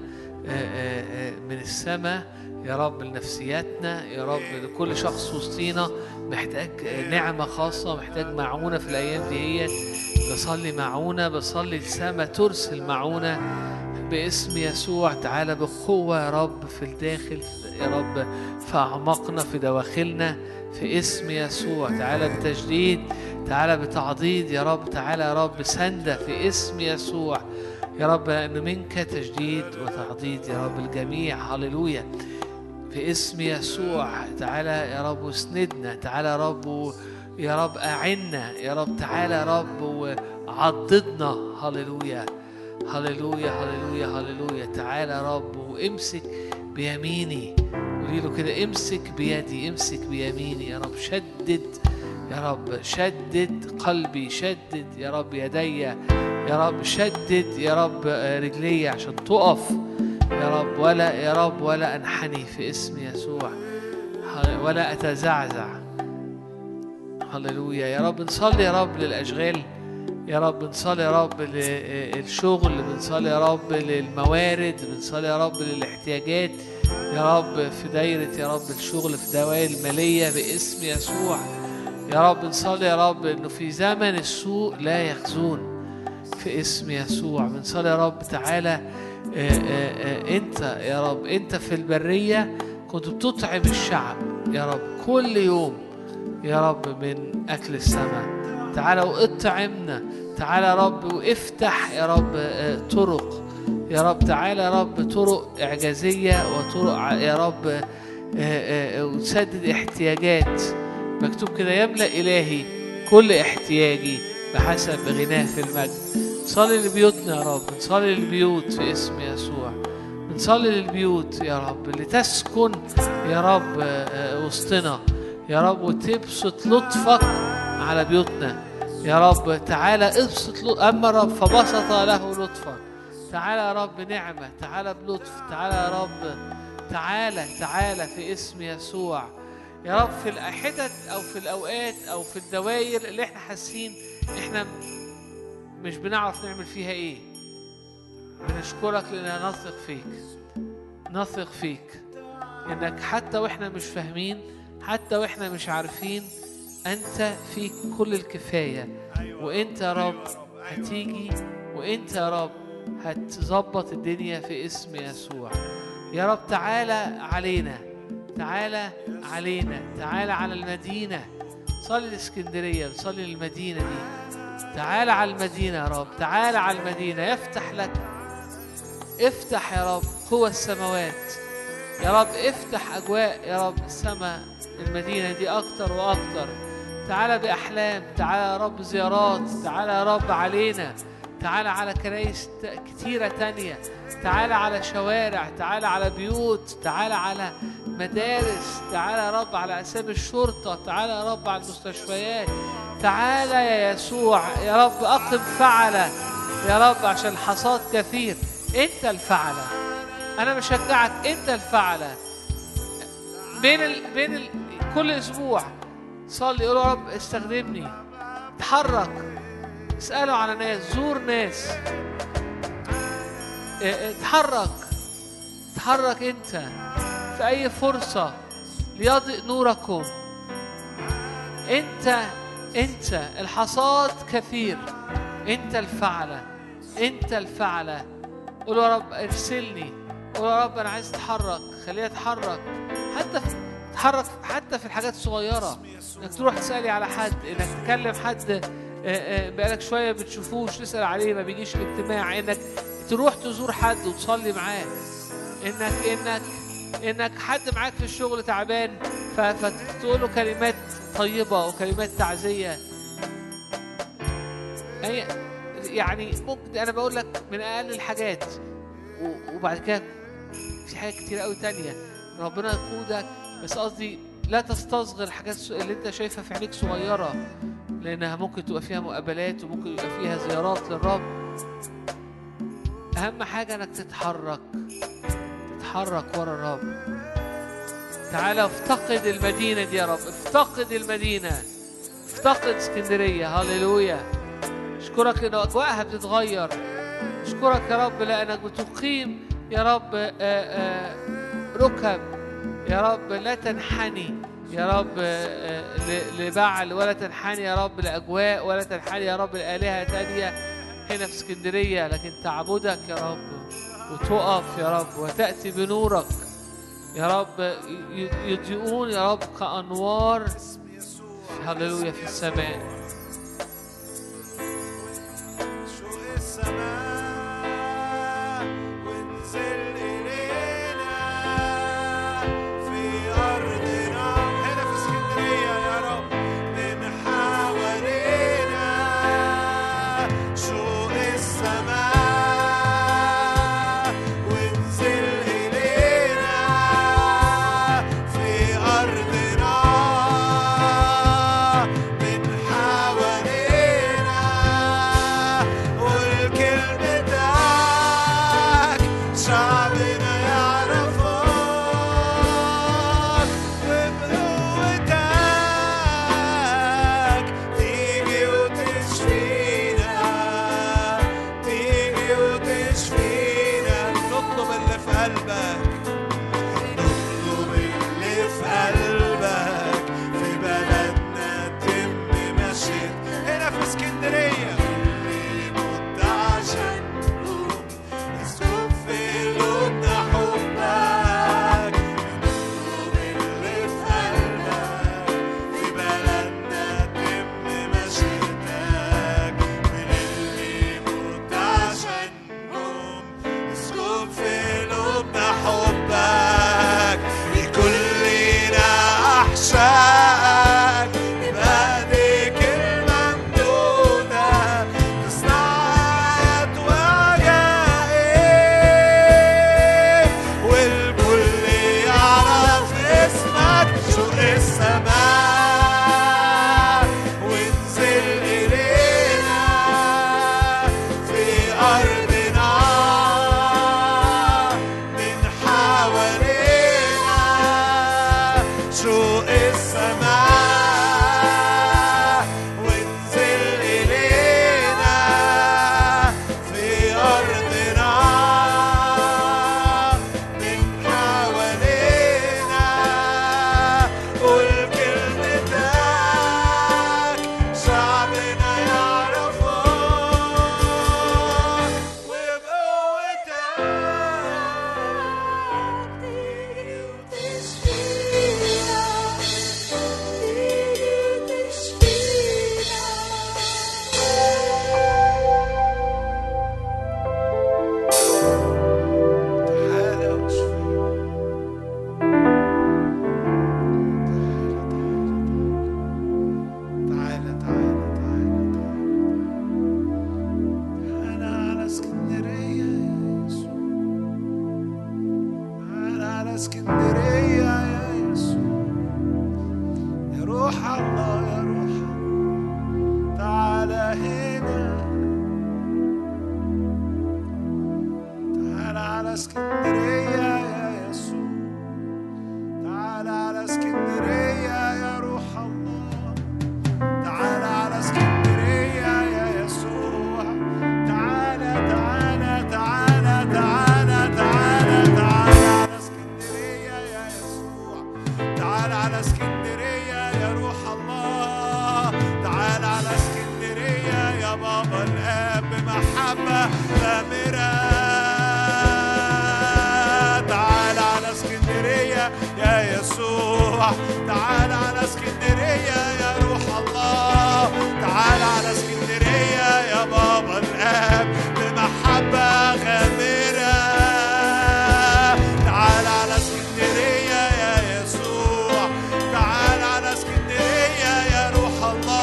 من السماء يا رب لنفسياتنا يا رب، لكل شخص وسطينا محتاج نعمة خاصة، محتاج معونة في الأيام دي. بصلي معونة، بصلي السماء ترسل معونة باسم يسوع. تعالى بقوة يا رب في الداخل يا رب، في أعماقنا في دواخلنا في اسم يسوع. تعالى بتجديد، تعالى بتعضيد يا رب، تعالى يا رب سندة في اسم يسوع يا رب، لأن منك تجديد وتعضيد يا رب الجميع. هللويا في اسم يسوع. تعالى يا رب واسندنا، تعالى يا رب يا رب أعنا يا رب، تعالى يا رب وعضدنا. هللويا هللويا هللويا هللويا. تعالى يا رب وامسك بيميني، قولي له كده امسك بيدي، امسك بيميني يا رب، شدد يا رب، شدد قلبي، شدد يا رب يدي يا رب، شدد يا رب رجلي عشان تقف يا رب، ولا يا رب ولا أنحني في اسم يسوع، ولا أتزعزع. هللويا يا رب. نصلي يا رب للأشغال يا رب، بنصلي يا رب للشغل، بنصلي يا رب للموارد، بنصلي يا رب للاحتياجات يا رب في دايرة يا رب الشغل، في دوائر المالية باسم يسوع يا رب. بنصلي يا رب إنه في زمن السوء لا يخزون في اسم يسوع. بنصلي يا رب تعالى أنت يا رب، أنت في البرية كنت بتطعم الشعب يا رب كل يوم يا رب من أكل السماء. تعالى واطعمنا، تعالى يا رب وافتح يا رب طرق يا رب، تعالى يا رب طرق إعجازية وطرق يا رب وتسدد احتياجات. مكتوب كده يملأ إلهي كل احتياجي بحسب غناه في المجد. نصلي لبيوتنا يا رب، نصلي للبيوت في اسم يسوع، نصلي للبيوت يا رب لتسكن يا رب وسطنا يا رب، وتبسط لطفك على بيوتنا يا رب. تعالى ابسط أما الرب فبسط له لطفا. تعالى يا رب نعمة، تعالى بلطف، تعالى يا رب، تعالى في اسم يسوع يا رب. في الحتت أو في الأوقات أو في الدوائر اللي احنا حاسين احنا مش بنعرف نعمل فيها ايه، بنشكرك لأننا نثق فيك، نثق فيك انك حتى واحنا مش فاهمين، حتى واحنا مش عارفين، انت فيك كل الكفاية، وانت يا رب هتيجي، وانت يا رب هتظبط الدنيا في اسم يسوع يا رب. تعالى علينا، تعالى علينا، تعالى على المدينة. صلي الاسكندرية، صلي المدينة دي، تعالى على المدينة يا رب، تعالى على المدينة. يفتح لك، افتح يا رب قوى السماوات يا رب، افتح أجواء يا رب السماء المدينة دي أكتر وأكتر. تعالى بأحلام، تعالى يا رب زيارات، تعالى يا رب علينا، تعالى على كنايس كتيرة تانية، تعالى على شوارع، تعالى على بيوت، تعالى على مدارس، تعالى يا رب على أسامي الشرطة، تعالى يا رب على المستشفيات. تعالى يا يسوع يا رب أقم فعلة يا رب عشان الحصاد كثير. أنت الفعلة، أنا بشجعك، أنت الفعلة. بين كل أسبوع صلي، قول يا رب استخدمني، اتحرك، اسألوا على ناس، زور ناس، اتحرك أنت في أي فرصة ليضئ نوركم. أنت الحصاد كثير، أنت الفعلة، أنت الفعلة. قول يا رب ارسلني، قول يا رب أنا عايز أتحرك، خليني أتحرك، تتحرك حتى في الحاجات الصغيرة، إنك تروح تسألي على حد، إنك تكلم حد بقالك شوية بتشوفوش تسأل عليه ما بيجيش الاجتماع، إنك تروح تزور حد وتصلي معاه، إنك حد معاك في الشغل تعبان فتقول له كلمات طيبة وكلمات تعزية. يعني ممكن أنا بقول لك من أقل الحاجات وبعد كده في حاجات كتير قوي تانية ربنا يقودك. بس قصدي لا تستصغر الحاجات اللي انت شايفها في عينيك صغيرة، لأنها ممكن تبقى فيها مقابلات وممكن يبقى فيها زيارات للرب. أهم حاجة إنك تتحرك ورا الرب. تعالى افتقد المدينة دي يا رب، افتقد المدينة، افتقد اسكندرية. هاليلويا. أشكرك إن أجواءها بتتغير. أشكرك يا رب لأنك بتقيم يا رب ركب يا رب لا تنحني يا رب لبعل، ولا تنحني يا رب لأجواء، ولا تنحني يا رب لآلهة تانية هنا في اسكندرية، لكن تعبدك يا رب وتقف يا رب وتأتي بنورك يا رب. يضيئون يا رب كأنوار هللويا في السماء.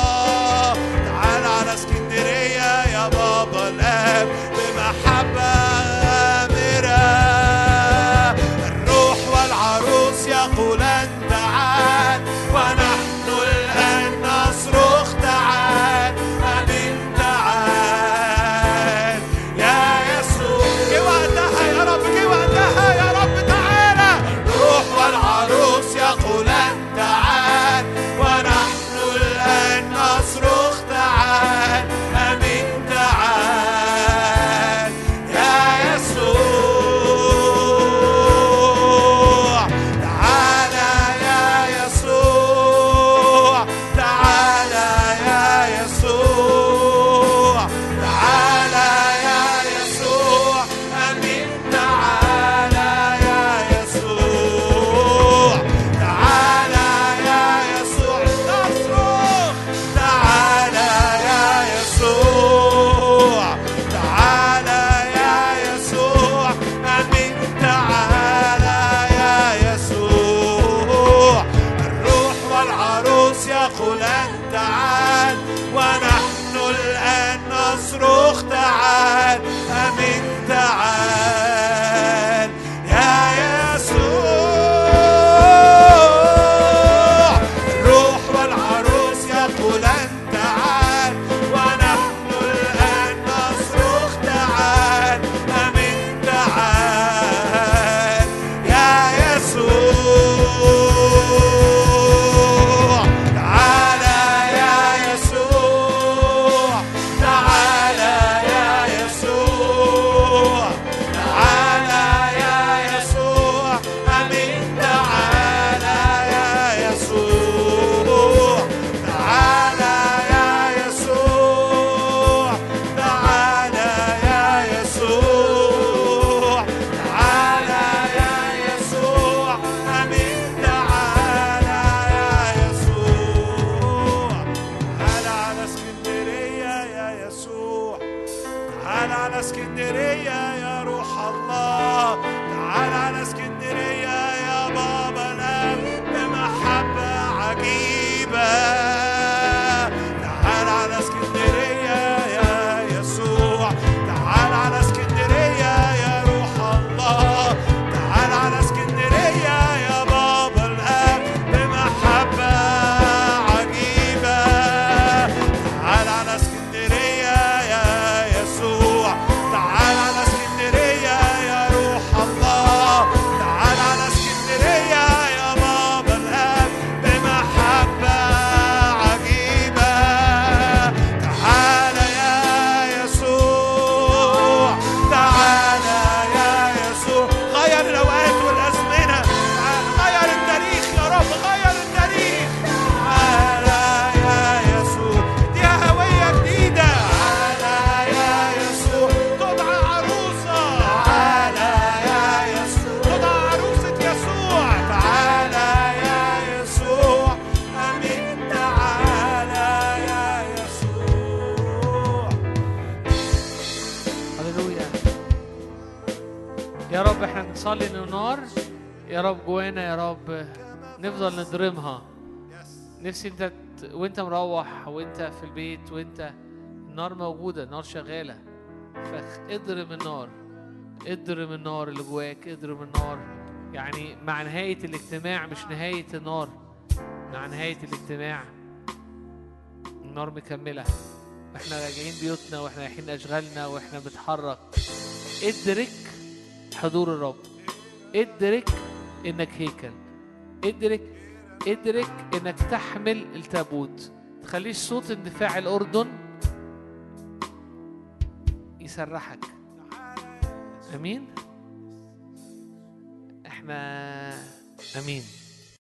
تعال على اسكندرية يا بابا الآب بمحبة تعال على اسكندرية يا روح الله، تعال على اسكندرية يا بابا الآب بمحبة عجيبة. تعال على اسكندرية يا يسوع، تعال على اسكندرية يا روح الله، تعال على اسكندرية يا بابا الآب بمحبة عجيبة. تعال على اسكندرية يا يسوع، تعال على اسكندرية يا روح الله، تعال على اسكندرية يا بابا الآب بمحبة عجيبة. تعال يا يسوع، تعال يا يسوع، غير الأوقات والأزمنة، غير التاريخ يا رب، غير التاريخ. تعال يا يسوع، اديها هوية جديدة. تعال يا يسوع، تدعى عروسة. تعال يا يسوع، تدعى عروسة يسوع. تعال يا يسوع، أمين. تعال يا يسوع.
هللويا. يا رب احنا بنصلي ان النار يا رب جوانا يا رب نفضل نضرمها. نفسي انت وانت مروح وانت في البيت وانت النار موجودة، النار شغالة، فاضرم النار، اضرم النار اللي جواك، اضرم النار. يعني مع نهاية الاجتماع، مش نهاية النار، مع نهاية الاجتماع النار مكملة، واحنا راجعين بيوتنا واحنا رايحين اشغالنا واحنا بنتحرك. ادرك حضور الرب، ادرك انك هيكل، ادرك انك تحمل التابوت. تخليش صوت اندفاع الأردن يسرحك. امين. احنا امين.